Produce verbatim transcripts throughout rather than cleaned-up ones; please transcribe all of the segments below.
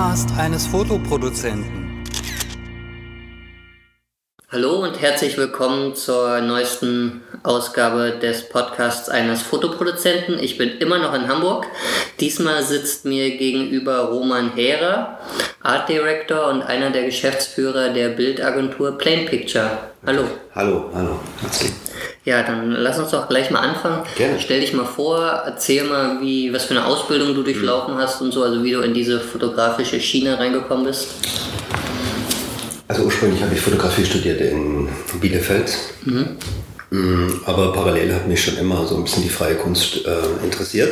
Podcast eines Fotoproduzenten. Hallo und herzlich willkommen zur neuesten Ausgabe des Podcasts eines Fotoproduzenten. Ich bin immer noch in Hamburg. Diesmal sitzt mir gegenüber Roman Herer, Art Director und einer der Geschäftsführer der Bildagentur Plain Picture. Hallo. Hallo, hallo. Herzlich. Ja, dann lass uns doch gleich mal anfangen. Gerne. Stell dich mal vor, erzähl mal, wie, was für eine Ausbildung du durchlaufen mhm. hast und so, also wie du in diese fotografische Schiene reingekommen bist. Also ursprünglich habe ich Fotografie studiert in Bielefeld, mhm. aber parallel hat mich schon immer so ein bisschen die freie Kunst äh, interessiert.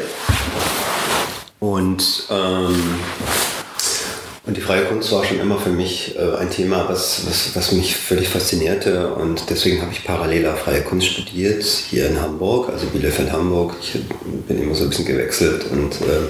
Und, ähm, und die freie Kunst war schon immer für mich äh, ein Thema, was, was, was mich völlig faszinierte. Und deswegen habe ich parallel auch freie Kunst studiert, hier in Hamburg, also Bielefeld-Hamburg. Ich bin immer so ein bisschen gewechselt und äh,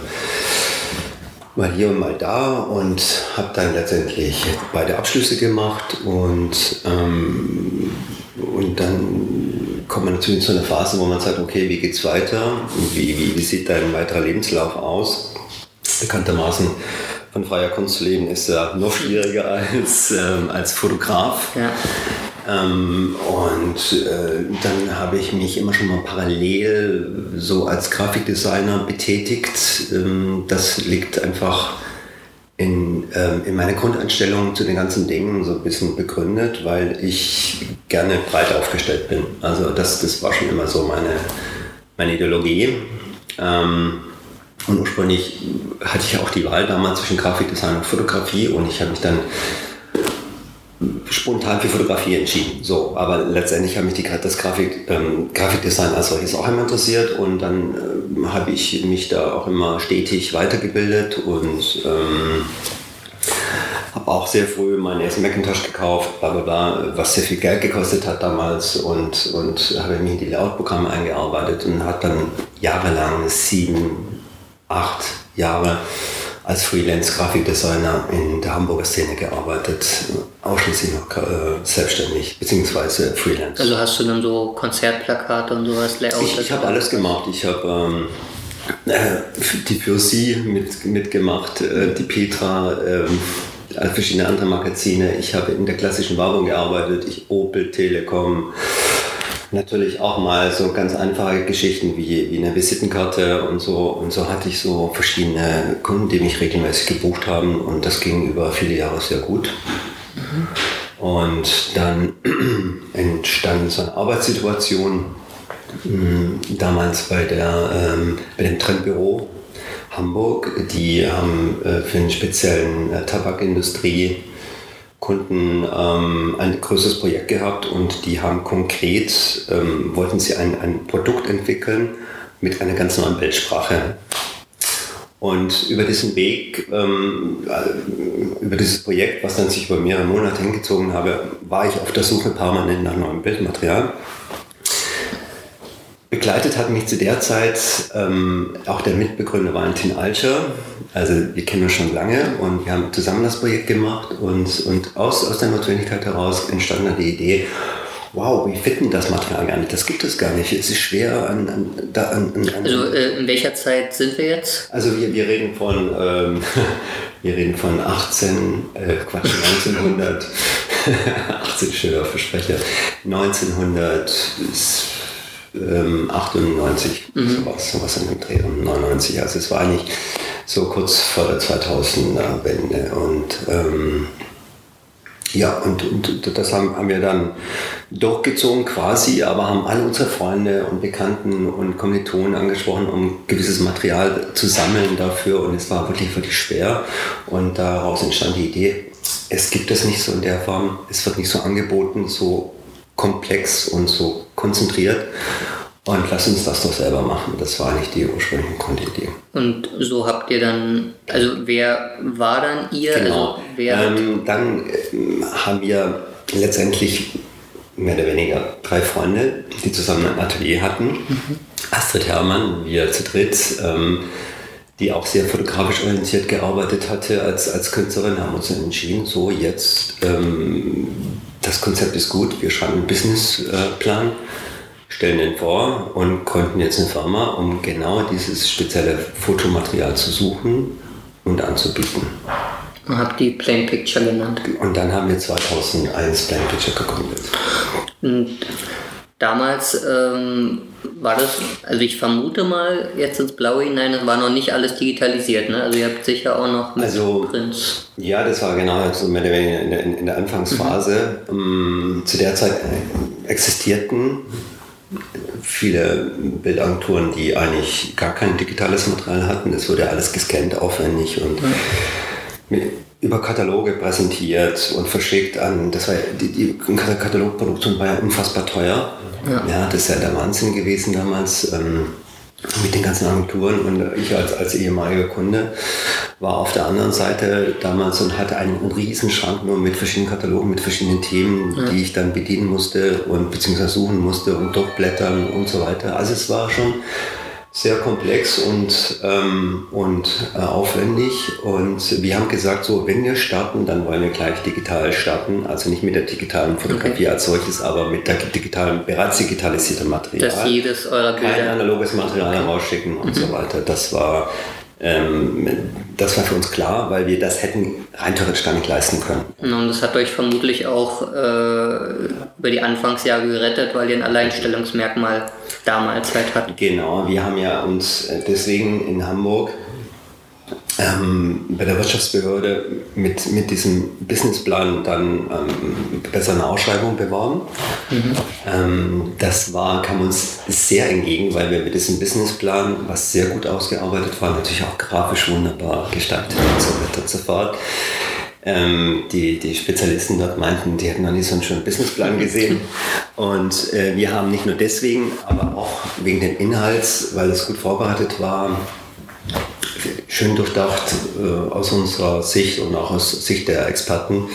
mal hier und mal da und habe dann letztendlich beide Abschlüsse gemacht und, ähm, und dann kommt man natürlich in so eine Phase, wo man sagt, okay, wie geht's weiter? Wie, wie, wie sieht dein weiterer Lebenslauf aus? Bekanntermaßen von freier Kunst zu leben ist ja noch schwieriger als, ähm, als Fotograf. Ja. Ähm, und äh, dann habe ich mich immer schon mal parallel so als Grafikdesigner betätigt. Ähm, das liegt einfach in, ähm, in meiner Grundeinstellung zu den ganzen Dingen so ein bisschen begründet, weil ich gerne breit aufgestellt bin. Also das, das war schon immer so meine, meine Ideologie. Ähm, und ursprünglich hatte ich auch die Wahl damals zwischen Grafikdesign und Fotografie und ich habe mich dann spontan für Fotografie entschieden. So, aber letztendlich hat mich die, das Grafik, ähm, Grafikdesign als solches auch immer interessiert und dann ähm, habe ich mich da auch immer stetig weitergebildet und ähm, habe auch sehr früh meinen ersten Macintosh gekauft, bla bla bla, was sehr viel Geld gekostet hat damals und, und habe mich in die Layout-Programme eingearbeitet und habe dann jahrelang, sieben, acht Jahre als Freelance-Grafikdesigner in der Hamburger Szene gearbeitet, ausschließlich noch äh, selbstständig, beziehungsweise Freelance. Also hast du dann so Konzertplakate und sowas, Layout? Ich, ich habe alles gemacht. Ich habe ähm, äh, die für sie mit, mitgemacht, äh, die Petra, äh, verschiedene andere Magazine. Ich habe in der klassischen Werbung gearbeitet, ich Opel, Telekom. Natürlich auch mal so ganz einfache Geschichten wie, wie eine Visitenkarte und so. Und so hatte ich so verschiedene Kunden, die mich regelmäßig gebucht haben. Und das ging über viele Jahre sehr gut. Mhm. Und dann entstand so eine Arbeitssituation, damals bei, der, ähm, bei dem Trendbüro Hamburg. Die haben äh, für einen speziellen äh, Tabakindustrie Kunden ähm, ein größeres Projekt gehabt und die haben konkret, ähm, wollten sie ein, ein Produkt entwickeln mit einer ganz neuen Bildsprache. Und über diesen Weg, ähm, über dieses Projekt, was dann sich über mehrere Monate hingezogen habe, war ich auf der Suche permanent nach neuem Bildmaterial. Begleitet hat mich zu der Zeit ähm, auch der Mitbegründer Valentin Altscher. Also wir kennen uns schon lange und wir haben zusammen das Projekt gemacht und, und aus, aus der Notwendigkeit heraus entstand dann die Idee, wow, wie finden das Material gar nicht? Das gibt es gar nicht. Es ist schwer an... an, an, an also äh, in welcher Zeit sind wir jetzt? Also wir, wir reden von ähm, wir reden von achtzehn, äh, Quatsch, neunzehnhundert, achtzehn schöner Versprecher, neunzehnhundertachtundneunzig, mhm. sowas, sowas in dem Dreh, neunundneunzig. Also es war eigentlich so kurz vor der zweitausender-Wende und ähm, ja, und, und das haben, haben wir dann durchgezogen quasi, aber haben alle unsere Freunde und Bekannten und Kommilitonen angesprochen, um gewisses Material zu sammeln dafür und es war wirklich, wirklich schwer und daraus entstand die Idee, es gibt es nicht so in der Form, es wird nicht so angeboten, so komplex und so konzentriert. Und lass uns das doch selber machen. Das war nicht die ursprüngliche Grundidee. Und so habt ihr dann, also wer war dann ihr? Genau. Also wer ähm, dann ähm, haben wir letztendlich mehr oder weniger drei Freunde, die zusammen ein Atelier hatten. Mhm. Astrid Herrmann, wir zu dritt, ähm, die auch sehr fotografisch orientiert gearbeitet hatte als, als Künstlerin, haben uns dann entschieden, so jetzt, ähm, das Konzept ist gut, wir schreiben einen Businessplan. Stellen den vor und gründen jetzt eine Firma, um genau dieses spezielle Fotomaterial zu suchen und anzubieten. Und habt die Plain Picture genannt. Und dann haben wir zweitausendeins Plain Picture gegründet. Und damals ähm, war das, also ich vermute mal jetzt ins Blaue hinein, das war noch nicht alles digitalisiert, ne? Also ihr habt sicher auch noch mit also, Prints. Ja, das war genau so mehr oder weniger in der, in der Anfangsphase. Mhm. Um, zu der Zeit existierten viele Bildagenturen, die eigentlich gar kein digitales Material hatten. Es wurde alles gescannt, aufwendig und mhm. mit, über Kataloge präsentiert und verschickt an, das war die, die Katalogproduktion war ja unfassbar teuer. Ja. Ja, das ist ja der Wahnsinn gewesen damals ähm, mit den ganzen Agenturen, und ich als, als ehemaliger Kunde war auf der anderen Seite damals und hatte einen riesen Schrank nur mit verschiedenen Katalogen, mit verschiedenen Themen, ja. die ich dann bedienen musste und beziehungsweise suchen musste und durchblättern und so weiter. Also es war schon sehr komplex und, ähm, und äh, aufwendig, und wir haben gesagt, so, wenn wir starten, dann wollen wir gleich digital starten, also nicht mit der digitalen Fotografie okay. als solches, aber mit der digitalen, bereits digitalisierten Material. Dass jedes eurer Bilder... Kein analoges Material okay. rausschicken und mhm. so weiter. Das war, ähm, das war für uns klar, weil wir das hätten rein theoretisch gar nicht leisten können. Und das hat euch vermutlich auch äh, über die Anfangsjahre gerettet, weil ihr ein Alleinstellungsmerkmal damals halt hattet. Genau, wir haben ja uns deswegen in Hamburg ähm, bei der Wirtschaftsbehörde mit, mit diesem Businessplan dann ähm, besser eine Ausschreibung beworben. Mhm. Ähm, das war, kam uns sehr entgegen, weil wir mit diesem Businessplan, was sehr gut ausgearbeitet war, natürlich auch grafisch wunderbar gestaltet und so weiter und so fort. Ähm, die, die Spezialisten dort meinten, die hätten noch nie so einen schönen Businessplan gesehen. Und äh, wir haben nicht nur deswegen, aber auch wegen des Inhalts, weil es gut vorbereitet war, schön durchdacht äh, aus unserer Sicht und auch aus Sicht der Experten,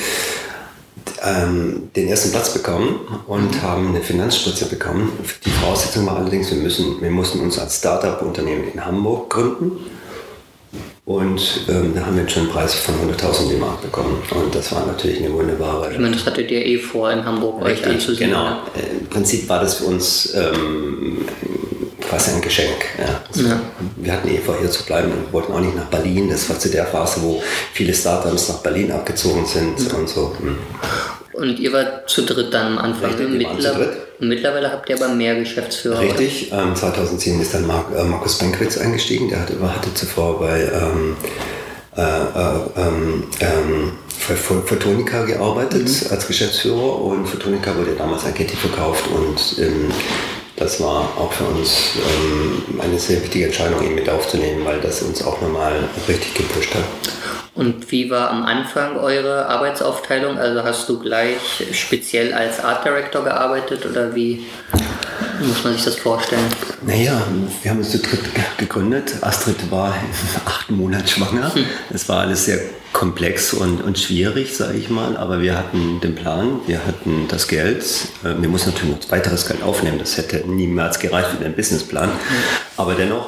ähm, den ersten Platz bekommen und haben eine Finanzspritze bekommen. Die Voraussetzung war allerdings, wir, müssen, wir mussten uns als Start-up-Unternehmen in Hamburg gründen. Und ähm, da haben wir jetzt schon einen Preis von hunderttausend D-Mark bekommen. Und das war natürlich eine wunderbare... Ich meine, das hattet ihr eh vor, in Hamburg euch anzusehen. Genau. Äh, Im Prinzip war das für uns ähm, quasi ein Geschenk. Ja. Also ja. Wir hatten eh vor, hier zu bleiben und wollten auch nicht nach Berlin. Das war zu der Phase, wo viele Startups nach Berlin abgezogen sind ja. und so. Hm. Und ihr wart zu dritt dann am Anfang. Richtig, Mittler- mittlerweile habt ihr aber mehr Geschäftsführer. Richtig, ähm, zweitausendsieben ist dann Mark, äh, Markus Benkwitz eingestiegen. Der hatte, hatte zuvor bei ähm, äh, äh, ähm, ähm, für Photonica gearbeitet mhm. als Geschäftsführer, und Photonica wurde damals an Getty verkauft, und ähm, das war auch für uns ähm, eine sehr wichtige Entscheidung, ihn mit aufzunehmen, weil das uns auch nochmal richtig gepusht hat. Und wie war am Anfang eure Arbeitsaufteilung? Also hast du gleich speziell als Art Director gearbeitet, oder wie muss man sich das vorstellen? Naja, wir haben uns zu dritt gegründet. Astrid war acht Monate schwanger. Es war alles sehr komplex und, und schwierig, sage ich mal. Aber wir hatten den Plan, wir hatten das Geld. Wir mussten natürlich noch weiteres Geld aufnehmen. Das hätte niemals gereicht für den Businessplan. Aber dennoch.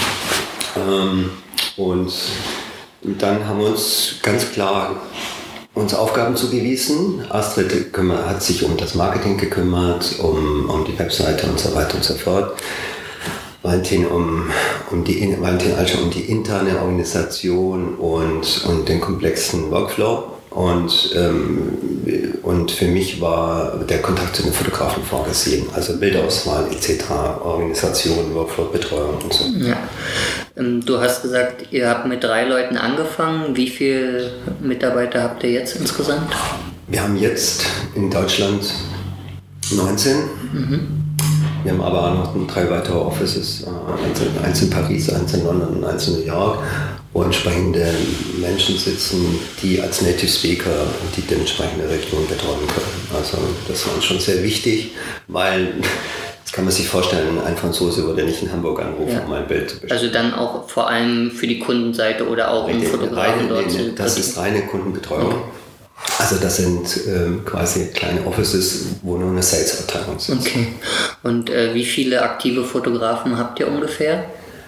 Ähm, und Und dann haben wir uns ganz klar uns Aufgaben zugewiesen. Astrid kümmert, hat sich um das Marketing gekümmert, um, um die Webseite und so weiter und so fort. Valentin um, um, die, Valentin also um die interne Organisation und, und den komplexen Workflow. Und, ähm, und für mich war der Kontakt zu den Fotografen vorgesehen, also Bildauswahl et cetera, Organisation, Workflow, Betreuung und so. Ja. Du hast gesagt, ihr habt mit drei Leuten angefangen. Wie viele Mitarbeiter habt ihr jetzt insgesamt? Wir haben jetzt in Deutschland neunzehn. Mhm. Wir haben aber auch noch drei weitere Offices, eins in Paris, eins in London und eins in New York, wo entsprechende Menschen sitzen, die als Native Speaker die entsprechende Region betreuen können. Also das war uns schon sehr wichtig, weil, das kann man sich vorstellen, ein Franzose würde nicht in Hamburg anrufen, ja. um ein Bild zu bestellen. Also dann auch vor allem für die Kundenseite oder auch um Fotografen dort zu... Das ist reine Kundenbetreuung. Okay. Also das sind ähm, quasi kleine Offices, wo nur eine Sales-Abteilung sitzt. Okay. Und äh, wie viele aktive Fotografen habt ihr ungefähr?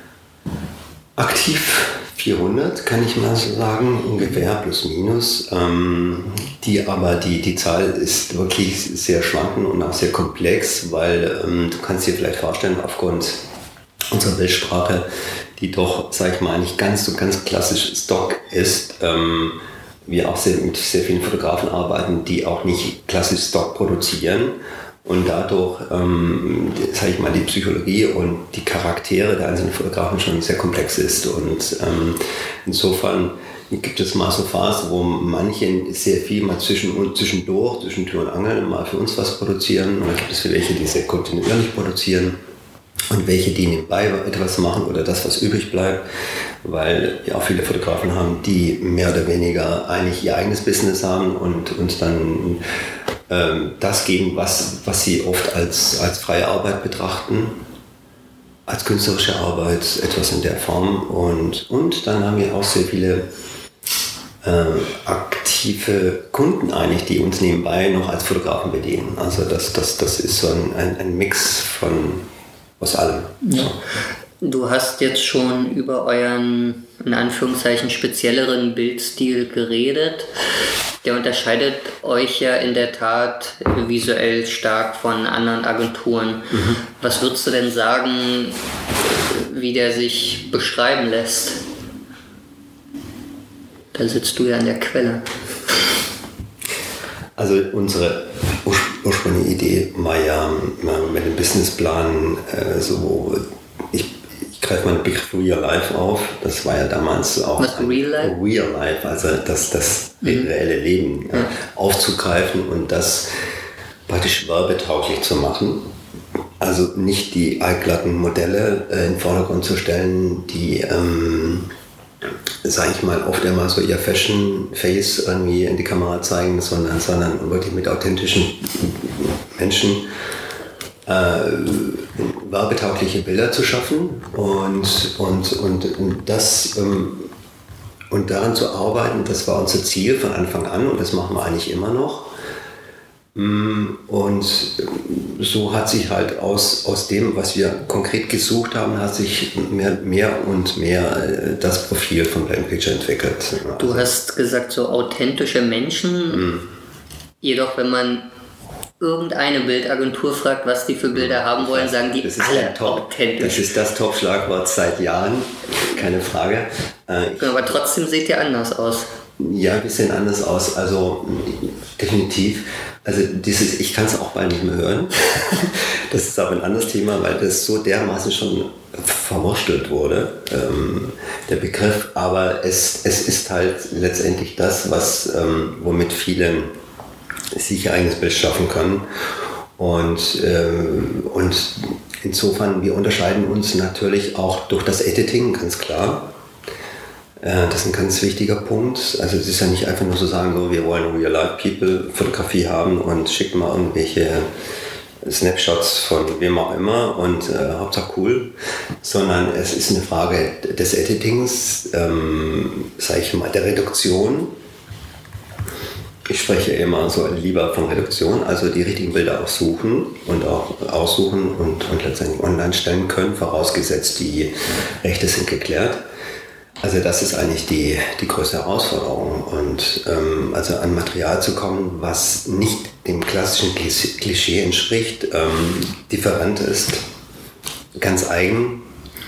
Aktiv vierhundert, kann ich mal so sagen, ungefähr, plus minus. Ähm, die, aber die, die Zahl ist wirklich sehr schwankend und auch sehr komplex, weil ähm, du kannst dir vielleicht vorstellen, aufgrund unserer Bildsprache, die doch, sag ich mal, nicht ganz so ganz klassisch Stock ist, ähm, wir auch sehr, mit sehr vielen Fotografen arbeiten, die auch nicht klassisch Stock produzieren und dadurch, ähm, sage ich mal, die Psychologie und die Charaktere der einzelnen Fotografen schon sehr komplex ist. Und ähm, insofern gibt es mal so Phasen, wo manche sehr viel mal zwischen, zwischendurch, zwischen Tür und Angel mal für uns was produzieren. Und dann gibt es welche, die sehr kontinuierlich produzieren und welche, die nebenbei etwas machen oder das, was übrig bleibt. Weil wir auch viele Fotografen haben, die mehr oder weniger eigentlich ihr eigenes Business haben und uns dann ähm, das geben, was, was sie oft als, als freie Arbeit betrachten. Als künstlerische Arbeit, etwas in der Form. Und, und dann haben wir auch sehr viele äh, aktive Kunden eigentlich, die uns nebenbei noch als Fotografen bedienen. Also das, das, das ist so ein, ein, ein Mix von aus allem. Ja. Du hast jetzt schon über euren, in Anführungszeichen, spezielleren Bildstil geredet. Der unterscheidet euch ja in der Tat visuell stark von anderen Agenturen. Mhm. Was würdest du denn sagen, wie der sich beschreiben lässt? Da sitzt du ja an der Quelle. Also unsere ur- ursprüngliche Idee war ja mit dem Businessplan äh, so, ich Ich greife mal den Begriff Real Life auf. Das war ja damals auch Was, Real Life? Real Life, also das, das mhm. reelle Leben ja. aufzugreifen und das praktisch werbetauglich zu machen. Also nicht die allglatten Modelle äh, in den Vordergrund zu stellen, die, ähm, sage ich mal, oft immer so ihr Fashion-Face irgendwie in die Kamera zeigen, sondern, sondern wirklich mit authentischen Menschen Äh, werbetaugliche Bilder zu schaffen und, und, und, und, das, ähm, und daran zu arbeiten, das war unser Ziel von Anfang an und das machen wir eigentlich immer noch. Und so hat sich halt aus, aus dem, was wir konkret gesucht haben, hat sich mehr, mehr und mehr das Profil von Blank Picture entwickelt. Du hast gesagt, so authentische Menschen, mhm. jedoch wenn man irgendeine Bildagentur fragt, was die für Bilder haben wollen, sagen die alle authentisch. Das ist das Top-Schlagwort seit Jahren, keine Frage. Äh, ich, Aber trotzdem seht ihr anders aus. Ja, wir sehen anders aus, also definitiv. Also dieses, ich kann es auch bald nicht mehr hören. Das ist aber ein anderes Thema, weil das so dermaßen schon verwurstelt wurde, ähm, der Begriff. Aber es, es ist halt letztendlich das, was, ähm, womit viele sich ihr eigenes Bild schaffen können. Und, ähm, und insofern, wir unterscheiden uns natürlich auch durch das Editing, ganz klar. Äh, das ist ein ganz wichtiger Punkt. Also es ist ja nicht einfach nur so sagen, so, wir wollen Real-Life-People-Fotografie haben und schicken mal irgendwelche Snapshots von wem auch immer und äh, Hauptsache cool, sondern es ist eine Frage des Editings, ähm, sage ich mal, der Reduktion. Ich spreche immer so lieber von Reduktion, also die richtigen Bilder aussuchen und auch aussuchen und, und letztendlich online stellen können, vorausgesetzt die Rechte sind geklärt. Also das ist eigentlich die, die größte Herausforderung. Und ähm, also an Material zu kommen, was nicht dem klassischen Klischee entspricht, ähm, different ist, ganz eigen,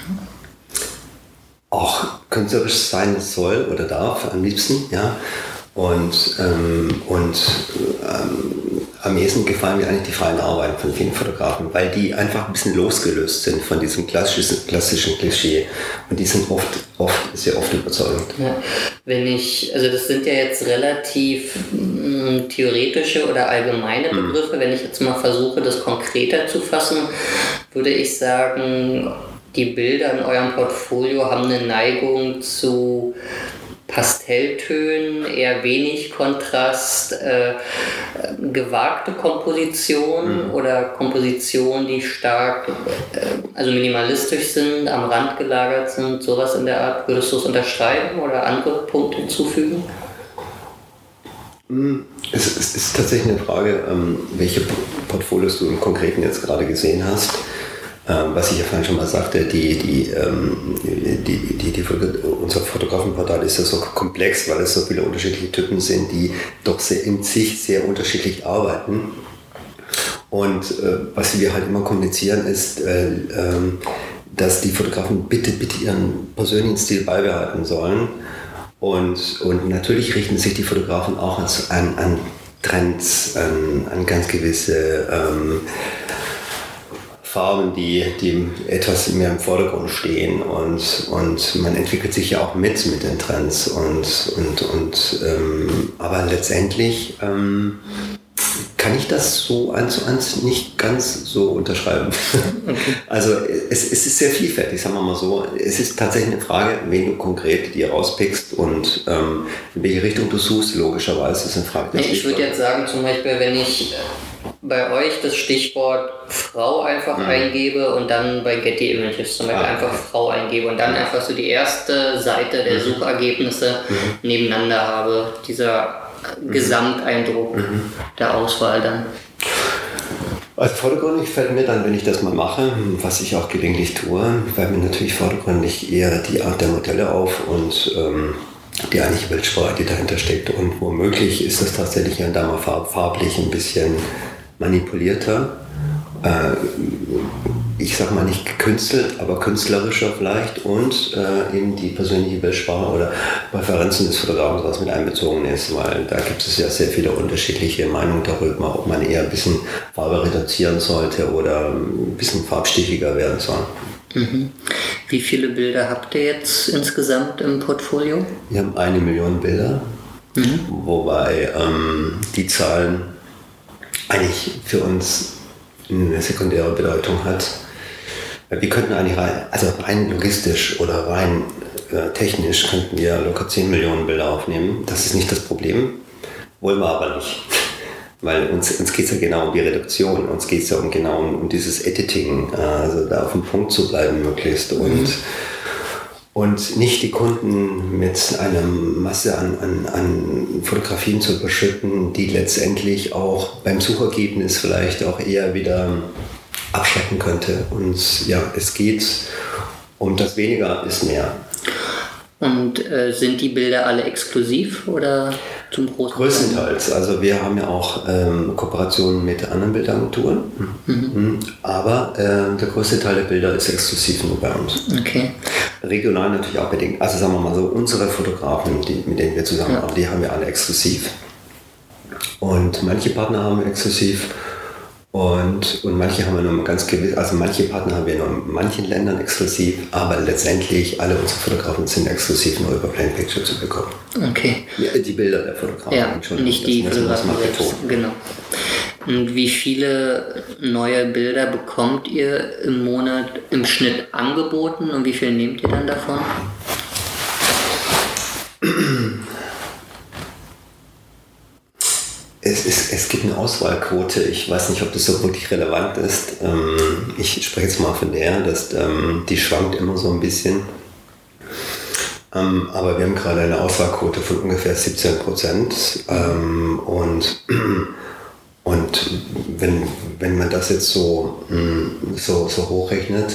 auch künstlerisch sein soll oder darf am liebsten, ja. Und, ähm, und ähm, am ehesten gefallen mir eigentlich die freien Arbeiten von vielen Fotografen, weil die einfach ein bisschen losgelöst sind von diesem klassischen, klassischen Klischee. Und die sind oft, oft, sehr oft überzeugend. Ja, wenn ich, also das sind ja jetzt relativ mh, theoretische oder allgemeine Begriffe. Mhm. Wenn ich jetzt mal versuche, das konkreter zu fassen, würde ich sagen, die Bilder in eurem Portfolio haben eine Neigung zu Pastelltönen, eher wenig Kontrast, äh, gewagte Kompositionen mhm. oder Kompositionen, die stark, äh, also minimalistisch sind, am Rand gelagert sind, sowas in der Art. Würdest du es unterschreiben oder andere Punkte hinzufügen? Es ist, es ist tatsächlich eine Frage, ähm, welche Portfolios du im Konkreten jetzt gerade gesehen hast. Ähm, was ich ja vorhin schon mal sagte, die, die, ähm, die, die, die, unser Fotografenportal ist ja so komplex, weil es so viele unterschiedliche Typen sind, die doch sehr in sich sehr unterschiedlich arbeiten. Und äh, was wir halt immer kommunizieren ist, äh, äh, dass die Fotografen bitte, bitte ihren persönlichen Stil beibehalten sollen Und, und natürlich richten sich die Fotografen auch an, an Trends, an, an ganz gewisse ähm, Farben, die, die etwas mehr im Vordergrund stehen, und, und man entwickelt sich ja auch mit mit den Trends, und, und, und ähm, aber letztendlich ähm, kann ich das so eins zu eins nicht ganz so unterschreiben. Okay. Also es, es ist sehr vielfältig, sagen wir mal so. Es ist tatsächlich eine Frage, wen du konkret dir rauspickst und ähm, in welche Richtung du suchst. Logischerweise ist eine Frage. Nee, ich würde jetzt sagen, zum Beispiel, wenn ich bei euch das Stichwort Frau einfach mhm. eingebe und dann bei Getty Images zum Beispiel ah, einfach okay. Frau eingebe und dann einfach so die erste Seite der mhm. Suchergebnisse mhm. nebeneinander habe, dieser Gesamteindruck mhm. der Auswahl dann. Also vordergründig fällt mir dann, wenn ich das mal mache, was ich auch gelegentlich tue, fällt mir natürlich vordergründig eher die Art der Modelle auf und ähm, die eigentliche Bildsprache, die dahinter steckt. Und womöglich ist das tatsächlich ja da mal farb, farblich ein bisschen manipulierter. Äh, ich sag mal nicht gekünstelt, aber künstlerischer vielleicht, und äh, eben die persönliche Bildsprache oder Präferenzen des Fotografen, was mit einbezogen ist, weil da gibt es ja sehr viele unterschiedliche Meinungen darüber, ob man eher ein bisschen Farbe reduzieren sollte oder ein bisschen farbstichiger werden soll. Mhm. Wie viele Bilder habt ihr jetzt insgesamt im Portfolio? Wir haben eine Million Bilder, mhm. wobei ähm, die Zahlen eigentlich für uns eine sekundäre Bedeutung hat. Wir könnten eigentlich rein, also rein logistisch oder rein äh, technisch könnten wir locker zehn Millionen Bilder aufnehmen. Das ist nicht das Problem, wollen wir aber nicht. Weil uns, uns geht es ja genau um die Reduktion, uns geht es ja um genau um, um dieses Editing, äh, also da auf dem Punkt zu bleiben möglichst und, mhm. und nicht die Kunden mit einer Masse an, an, an Fotografien zu überschütten, die letztendlich auch beim Suchergebnis vielleicht auch eher wieder abschrecken könnte. Und ja, es geht um das Weniger ist mehr. Und äh, sind die Bilder alle exklusiv oder zum großen Teil? Größtenteils. Also wir haben ja auch ähm, Kooperationen mit anderen Bildagenturen, mhm. aber äh, der größte Teil der Bilder ist exklusiv nur bei uns. Okay. Regional natürlich auch bedingt. Also sagen wir mal so, unsere Fotografen, die, mit denen wir zusammenarbeiten, ja. die haben wir alle exklusiv. Und manche Partner haben wir exklusiv. Und, und manche haben wir nur ganz gewiss, also manche Partner haben wir nur in manchen Ländern exklusiv, aber letztendlich alle unsere Fotografen sind exklusiv nur über Plain Picture zu bekommen. Okay. Ja, die Bilder der Fotografen. Ja, nicht die Fotografen selbst. Genau. Und wie viele neue Bilder bekommt ihr im Monat im Schnitt angeboten und wie viel nehmt ihr dann davon? Es, ist, es gibt eine Auswahlquote, ich weiß nicht, ob das so wirklich relevant ist. Ich spreche jetzt mal von der, dass, die schwankt immer so ein bisschen. Aber wir haben gerade eine Auswahlquote von ungefähr siebzehn Prozent. Und, und wenn, wenn man das jetzt so, so, so hochrechnet,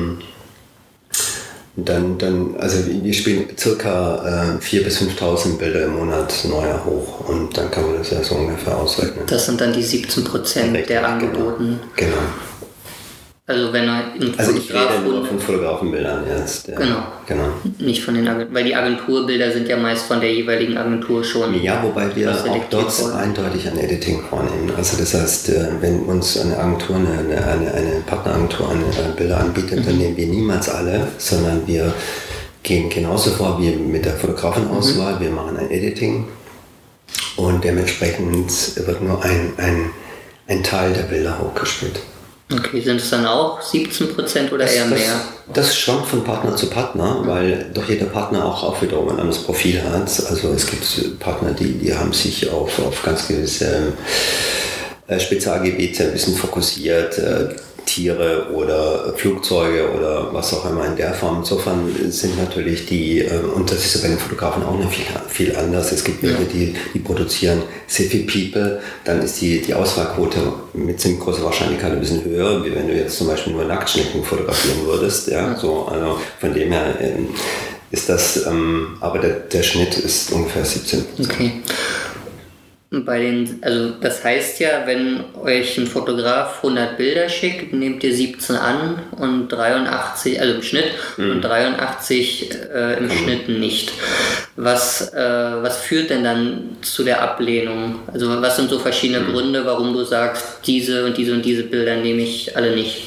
Dann, dann, also wir spielen circa äh, viertausend bis fünftausend Bilder im Monat neuer hoch und dann kann man das ja so ungefähr ausrechnen. Das sind dann die siebzehn Prozent der Angeboten. Genau. genau. Also wenn er Also ich rede nur von Fotografenbildern jetzt. Ja. Genau. genau. Nicht von den Agenturen, weil die Agenturbilder sind ja meist von der jeweiligen Agentur schon. Ja, wobei wir auch dort worden. eindeutig ein Editing vornehmen. Also das heißt, wenn uns eine Agentur, eine, eine, eine Partneragentur eine Bilder anbietet, mhm. dann nehmen wir niemals alle, sondern wir gehen genauso vor wie mit der Fotografenauswahl. Mhm. Wir machen ein Editing und dementsprechend wird nur ein, ein, ein Teil der Bilder hochgespielt. Okay, sind es dann auch siebzehn Prozent oder das, eher das, mehr? Das schwankt von Partner zu Partner, weil doch jeder Partner auch, auch wiederum ein anderes Profil hat. Also es gibt Partner, die, die haben sich auf, auf ganz gewisse äh, Spezialgebiete ein bisschen fokussiert, äh, Tiere oder Flugzeuge oder was auch immer in der Form. Insofern sind natürlich die, äh, und das ist ja bei den Fotografen auch nicht viel, viel anders. Es gibt welche, ja. die, die produzieren sehr viel People, dann ist die, die Auswahlquote mit ziemlich großer Wahrscheinlichkeit ein bisschen höher, wie wenn du jetzt zum Beispiel nur Nacktschnecken fotografieren würdest. Ja? Ja. So, also von dem her ähm, ist das, ähm, aber der, der Schnitt ist ungefähr siebzehn Prozent. Okay. bei den, also das heißt ja, wenn euch ein Fotograf hundert Bilder schickt, nehmt ihr siebzehn an und dreiundachtzig, also im Schnitt, mhm. und dreiundachtzig äh, im mhm. Schnitt nicht. Was, äh, was führt denn dann zu der Ablehnung? Also was sind so verschiedene mhm. Gründe, warum du sagst, diese und diese und diese Bilder nehme ich alle nicht?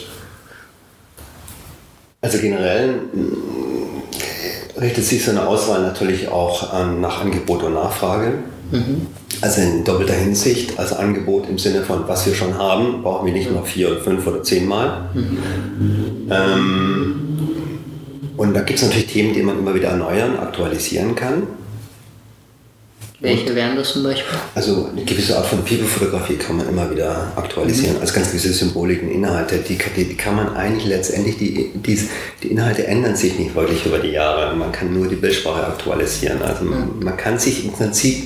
Also generell richtet sich so eine Auswahl natürlich auch an, nach Angebot und Nachfrage. Mhm. Also in doppelter Hinsicht, also Angebot im Sinne von, was wir schon haben, brauchen wir nicht noch vier oder fünf oder zehn Mal. Mhm. Ähm, und da gibt es natürlich Themen, die man immer wieder erneuern, aktualisieren kann. Welche wären das zum Beispiel? Also eine gewisse Art von People-Fotografie kann man immer wieder aktualisieren, mhm. als ganz gewisse Symboliken, Inhalte, die, die, die kann man eigentlich letztendlich, die, die, die Inhalte ändern sich nicht wirklich über die Jahre, man kann nur die Bildsprache aktualisieren, also man, man kann sich im Prinzip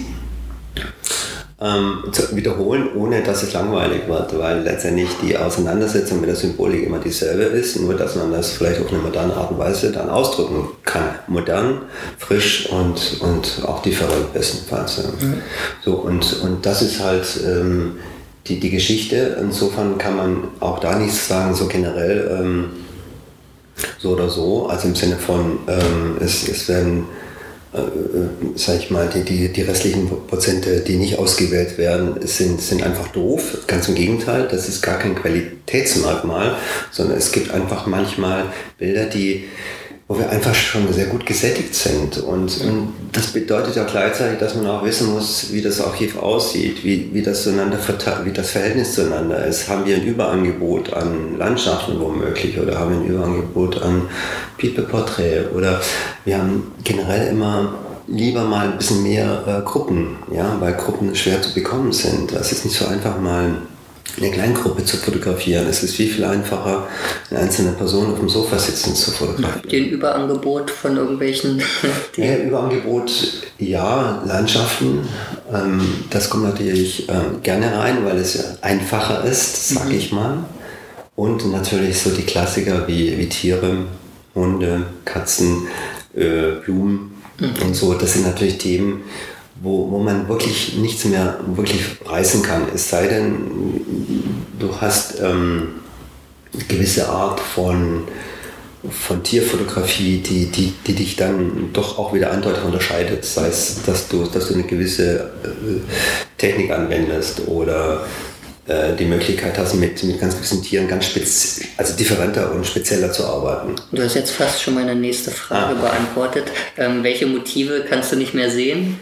ähm, wiederholen, ohne dass es langweilig wird, weil letztendlich die Auseinandersetzung mit der Symbolik immer dieselbe ist, nur dass man das vielleicht auf eine moderne Art und Weise dann ausdrücken kann. Modern, frisch und, und auch different bestenfalls. Mhm. So, und, und das ist halt ähm, die, die Geschichte. Insofern kann man auch da nichts sagen, so generell ähm, so oder so, also im Sinne von ähm, es, es werden Äh, sag ich mal, die, die, die restlichen Prozente, die nicht ausgewählt werden, sind, sind einfach doof. Ganz im Gegenteil, das ist gar kein Qualitätsmerkmal, sondern es gibt einfach manchmal Bilder, die, wo wir einfach schon sehr gut gesättigt sind. Und, und das bedeutet ja gleichzeitig, dass man auch wissen muss, wie das Archiv aussieht, wie, wie, das zueinander verta- wie das Verhältnis zueinander ist. Haben wir ein Überangebot an Landschaften womöglich oder haben wir ein Überangebot an People-Porträt oder wir haben generell immer lieber mal ein bisschen mehr äh, Gruppen, ja, weil Gruppen schwer zu bekommen sind. Es ist nicht so einfach mal eine Kleingruppe zu fotografieren. Es ist viel, viel einfacher, eine einzelne Person auf dem Sofa sitzen zu fotografieren. Habt ihr ein Überangebot von irgendwelchen? Ja, Überangebot, ja, Landschaften. Ähm, das kommt natürlich äh, gerne rein, weil es ja einfacher ist, sag mhm. ich mal. Und natürlich so die Klassiker wie, wie Tiere, Hunde, Katzen, äh, Blumen mhm. und so. Das sind natürlich Themen, Wo, wo man wirklich nichts mehr wirklich reißen kann. Es sei denn, du hast ähm, eine gewisse Art von, von Tierfotografie, die, die, die dich dann doch auch wieder eindeutig unterscheidet. Sei es, dass du, dass du eine gewisse äh, Technik anwendest oder äh, die Möglichkeit hast, mit, mit ganz gewissen Tieren ganz spez- also differenter und spezieller zu arbeiten. Du hast jetzt fast schon meine nächste Frage ah. beantwortet. Ähm, welche Motive kannst du nicht mehr sehen?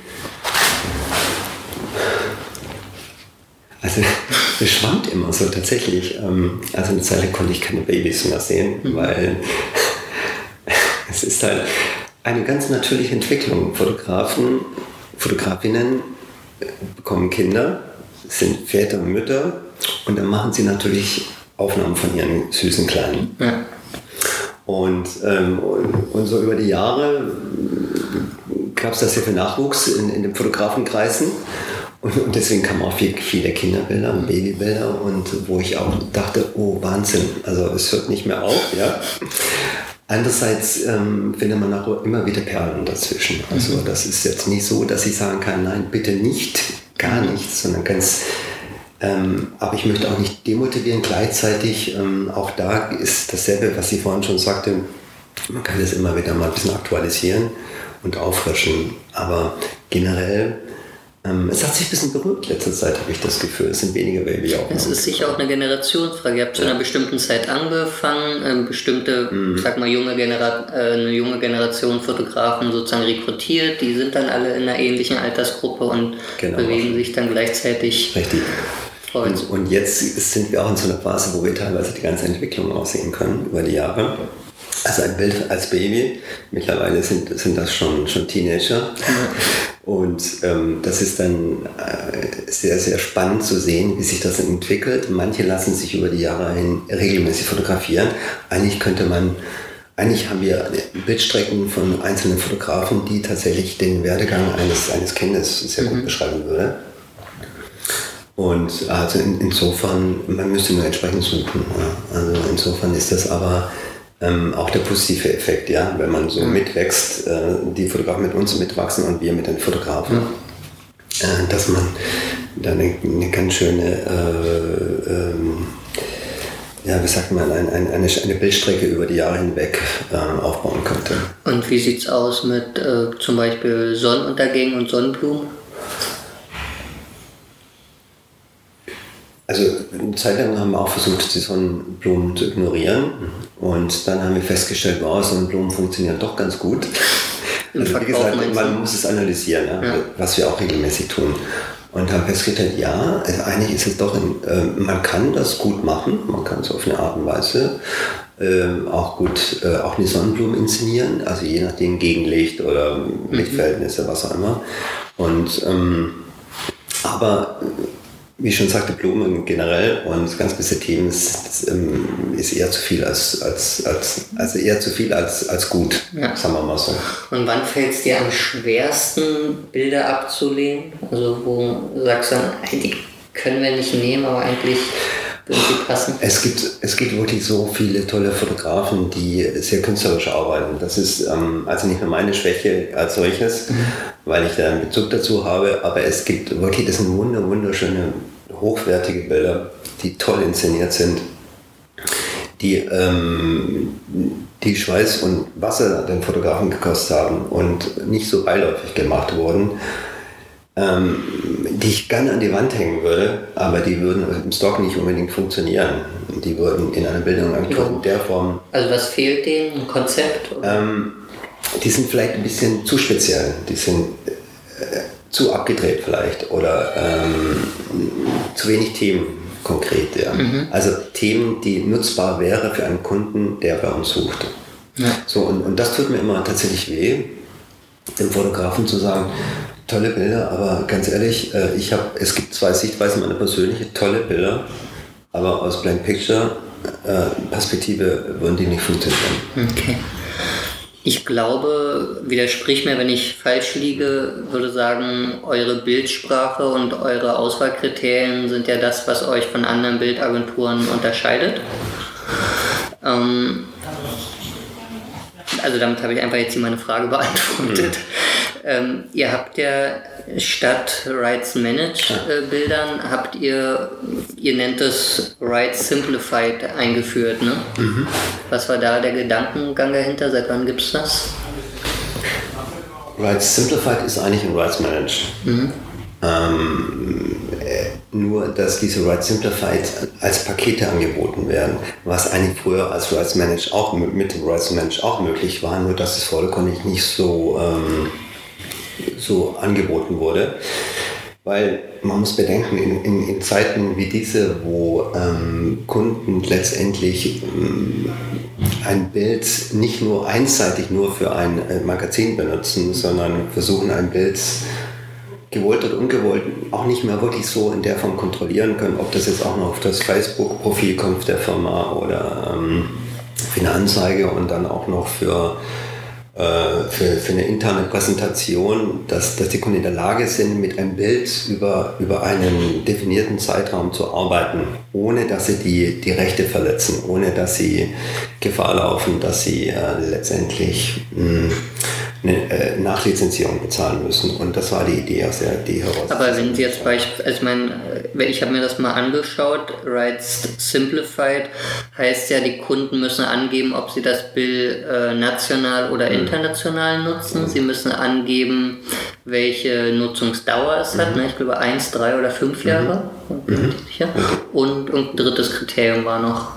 Also es schwankt immer so tatsächlich. Also eine Zeit lang konnte ich keine Babys mehr sehen, mhm. weil es ist halt eine ganz natürliche Entwicklung. Fotografen, Fotografinnen bekommen Kinder, sind Väter und Mütter und dann machen sie natürlich Aufnahmen von ihren süßen Kleinen. Ja. Und, ähm, und, und so über die Jahre gab es da sehr viel Nachwuchs in, in den Fotografenkreisen. Und, und deswegen kamen auch viel, viele Kinderbilder und Babybilder und wo ich auch dachte, oh Wahnsinn, also es hört nicht mehr auf, ja. Andererseits ähm, findet man auch immer wieder Perlen dazwischen. Also mhm. das ist jetzt nicht so, dass ich sagen kann, nein, bitte nicht, gar nichts, sondern ganz, ähm, aber ich möchte auch nicht demotivieren. Gleichzeitig, ähm, auch da ist dasselbe, was ich vorhin schon sagte, man kann das immer wieder mal ein bisschen aktualisieren und auffrischen, aber generell es hat sich ein bisschen beruhigt letzter Zeit, habe ich das Gefühl. Es sind weniger Baby auch. Es ist sicher auch eine Generationsfrage. Ihr habt zu ja. einer bestimmten Zeit angefangen, ähm, bestimmte, mm. sag mal, junge Genera- äh, eine junge Generation Fotografen sozusagen rekrutiert. Die sind dann alle in einer ähnlichen Altersgruppe und genau. bewegen sich dann gleichzeitig. Richtig. Und, und jetzt sind wir auch in so einer Phase, wo wir teilweise die ganze Entwicklung auch sehen können über die Jahre. Also ein Bild als Baby, mittlerweile sind, sind das schon, schon Teenager. Und ähm, das ist dann äh, sehr, sehr spannend zu sehen, wie sich das entwickelt. Manche lassen sich über die Jahre hin regelmäßig fotografieren. Eigentlich könnte man, eigentlich haben wir Bildstrecken von einzelnen Fotografen, die tatsächlich den Werdegang eines, eines Kindes sehr gut mhm. beschreiben würde. Und also in, insofern, man müsste nur entsprechend suchen. Ja. Also insofern ist das aber Ähm, auch der positive Effekt, ja, wenn man so mhm. mitwächst, äh, die Fotografen mit uns mitwachsen und wir mit den Fotografen, mhm. äh, dass man da eine, eine ganz schöne, äh, ähm, ja, wie sagt man, ein, ein, eine, eine Bildstrecke über die Jahre hinweg äh, aufbauen konnte. Und wie sieht es aus mit äh, zum Beispiel Sonnenuntergängen und Sonnenblumen? Also eine Zeit lang haben wir auch versucht, die Sonnenblumen zu ignorieren. Und dann haben wir festgestellt, wow, Sonnenblumen funktionieren doch ganz gut. Also wie gesagt, man muss es analysieren, ja, ja. was wir auch regelmäßig tun. Und haben festgestellt, ja, also eigentlich ist es doch, in, äh, man kann das gut machen, man kann es auf eine Art und Weise äh, auch gut, äh, auch eine Sonnenblume inszenieren, also je nachdem Gegenlicht oder Lichtverhältnisse, was auch immer. Und, ähm, aber wie ich schon sagte, Blumen generell und das ganze bisschen Themen ist, ist eher zu viel als, als, als also eher zu viel als, als gut, ja. sagen wir mal so. Und wann fällt es dir am schwersten, Bilder abzulehnen? Also wo du sagst dann, die können wir nicht nehmen, aber eigentlich würden sie passen? Es gibt, es gibt wirklich so viele tolle Fotografen, die sehr künstlerisch arbeiten. Das ist ähm, also nicht nur meine Schwäche als solches, mhm. weil ich da einen Bezug dazu habe, aber es gibt wirklich, das sind wunder, wunderschöne, hochwertige Bilder, die toll inszeniert sind, die, ähm, die Schweiß und Wasser den Fotografen gekostet haben und nicht so beiläufig gemacht wurden, ähm, die ich gerne an die Wand hängen würde, aber die würden im Stock nicht unbedingt funktionieren. Die würden in einer Bildung in der Form... Also was fehlt denen? Ein Konzept? Ähm, die sind vielleicht ein bisschen zu speziell, die sind äh, zu abgedreht vielleicht oder ähm, zu wenig Themen konkret. Ja. Mhm. Also Themen, die nutzbar wäre für einen Kunden, der bei uns sucht. Ja. So, und, und das tut mir immer tatsächlich weh, dem Fotografen zu sagen, tolle Bilder, aber ganz ehrlich, äh, ich hab, es gibt zwei Sichtweisen, meine persönliche, tolle Bilder, aber aus Blank Picture äh, Perspektive würden die nicht funktionieren. Okay. Ich glaube, widersprich mir, wenn ich falsch liege, würde sagen, eure Bildsprache und eure Auswahlkriterien sind ja das, was euch von anderen Bildagenturen unterscheidet. Ähm, also damit habe ich einfach jetzt hier meine Frage beantwortet. Mhm. Ähm, ihr habt ja statt Rights Managed äh, Bildern, habt ihr, ihr nennt es Rights Simplified eingeführt, ne? Mhm. Was war da der Gedankengang dahinter? Seit wann gibt es das? Rights Simplified ist eigentlich ein Rights Managed. Mhm. Ähm, äh, nur, dass diese Rights Simplified als Pakete angeboten werden, was eigentlich früher als Rights Managed auch mit dem Rights Managed auch möglich war, nur dass es vordergründig nicht so ähm, so angeboten wurde, weil man muss bedenken, in, in, in Zeiten wie diese, wo ähm, Kunden letztendlich ähm, ein Bild nicht nur einseitig nur für ein äh, Magazin benutzen, sondern versuchen ein Bild gewollt oder ungewollt auch nicht mehr wirklich so in der Form kontrollieren können, ob das jetzt auch noch auf das Facebook-Profil kommt der Firma oder ähm, für eine Anzeige und dann auch noch für Für, für eine interne Präsentation, dass, dass die Kunden in der Lage sind, mit einem Bild über, über einen definierten Zeitraum zu arbeiten, ohne dass sie die, die Rechte verletzen, ohne dass sie Gefahr laufen, dass sie äh, letztendlich mh, eine äh, Nachlizenzierung bezahlen müssen. Und das war die Idee aus der Idee heraus. Aber wenn Sie jetzt beispielsweise, also ich meine, ich habe mir das mal angeschaut, Rights Simplified heißt ja, die Kunden müssen angeben, ob sie das Bild äh, national oder mhm. international nutzen. Mhm. Sie müssen angeben, welche Nutzungsdauer es mhm. hat. Ne? Ich glaube eins, drei oder fünf Jahre. Mhm. Mhm. Sicher. Und, und ein drittes Kriterium war noch.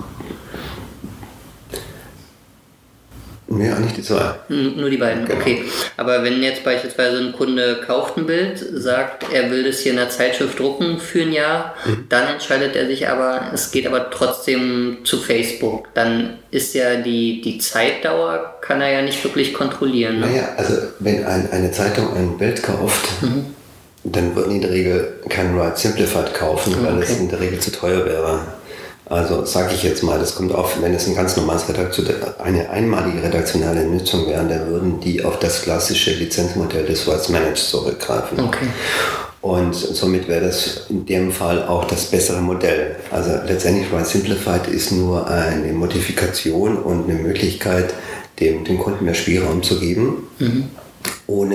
Nee, eigentlich die zwei. Nur die beiden, genau. Okay. Aber wenn jetzt beispielsweise ein Kunde kauft ein Bild, sagt, er will das hier in der Zeitschrift drucken für ein Jahr, mhm. dann entscheidet er sich aber, es geht aber trotzdem zu Facebook. Dann ist ja die, die Zeitdauer, kann er ja nicht wirklich kontrollieren. Ne? Naja, also wenn ein, eine Zeitung ein Bild kauft, mhm. dann würden die in der Regel kein Rights Simplified kaufen, weil okay. es in der Regel zu teuer wäre. Also sage ich jetzt mal, das kommt auf, wenn es ein ganz normales Redaktion, eine einmalige redaktionelle Nutzung wäre, dann würden die auf das klassische Lizenzmodell des Rights Managed zurückgreifen. Okay. Und somit wäre das in dem Fall auch das bessere Modell. Also letztendlich Rights Simplified ist nur eine Modifikation und eine Möglichkeit, dem, dem Kunden mehr Spielraum zu geben, mhm. ohne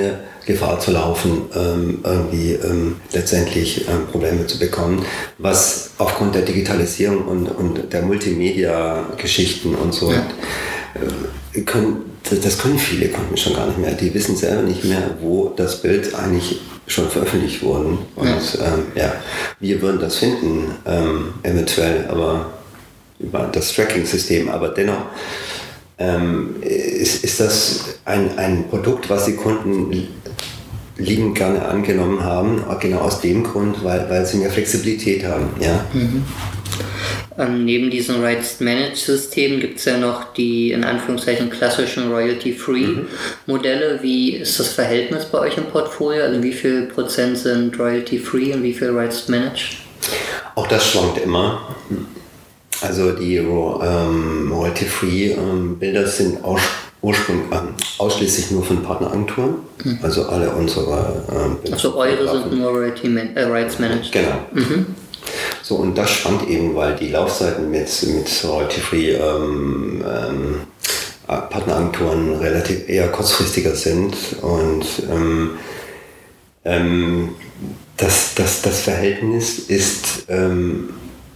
Gefahr zu laufen, ähm, irgendwie ähm, letztendlich ähm, Probleme zu bekommen, was aufgrund der Digitalisierung und, und der Multimedia-Geschichten und so ja. äh, können, das können viele Kunden schon gar nicht mehr. Die wissen selber nicht mehr, wo das Bild eigentlich schon veröffentlicht wurde. Und ja, ähm, ja wir würden das finden, ähm, eventuell, aber über das Tracking-System, aber dennoch ähm, ist, ist das ein, ein Produkt, was die Kunden liebend gerne angenommen haben, genau aus dem Grund, weil, weil sie mehr Flexibilität haben. Ja? Mhm. Ähm, neben diesen Rights-Managed-Systemen gibt es ja noch die in Anführungszeichen klassischen Royalty-Free-Modelle. Mhm. Wie ist das Verhältnis bei euch im Portfolio? Also wie viel Prozent sind Royalty-Free und wie viel Rights-Managed? Auch das schwankt immer. Also die ähm, Royalty-Free-Bilder ähm, sind aus, ursprünglich ähm, ausschließlich nur von Partneragenturen. Mhm. Also alle unsere ähm, Also eure sind nur Royalty man- äh, Rights-Managed? Genau. Mhm. So, und das schwankt eben, weil die Laufzeiten mit, mit Royalty-Free ähm, ähm, Partneragenturen relativ eher kurzfristiger sind und ähm, ähm, das, das, das Verhältnis ist ähm,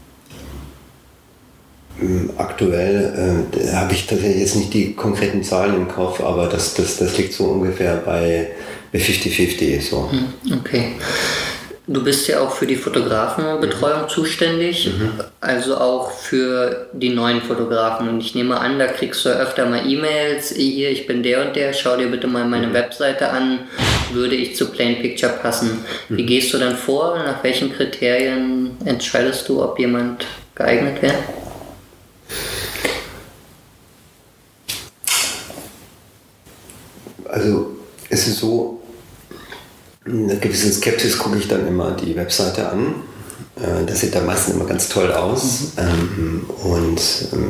aktuell, äh, habe ich tatsächlich jetzt nicht die konkreten Zahlen im Kopf, aber das, das, das liegt so ungefähr bei, bei fünfzig fünfzig. So. Okay. Du bist ja auch für die Fotografenbetreuung mhm. zuständig, mhm. also auch für die neuen Fotografen. Und ich nehme an, da kriegst du öfter mal E-Mails, hier, ich bin der und der, schau dir bitte mal meine mhm. Webseite an, würde ich zu Plain Picture passen. Mhm. Wie gehst du dann vor? Nach welchen Kriterien entscheidest du, ob jemand geeignet wäre? Also es ist so, mit einer gewissen Skepsis gucke ich dann immer die Webseite an. Das sieht da meistens immer ganz toll aus. Mhm. Und,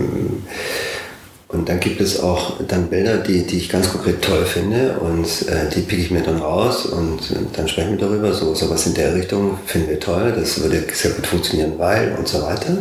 und dann gibt es auch dann Bilder, die, die ich ganz konkret toll finde und die picke ich mir dann raus und dann sprechen wir darüber, so sowas in der Richtung finden wir toll, das würde sehr gut funktionieren, weil und so weiter.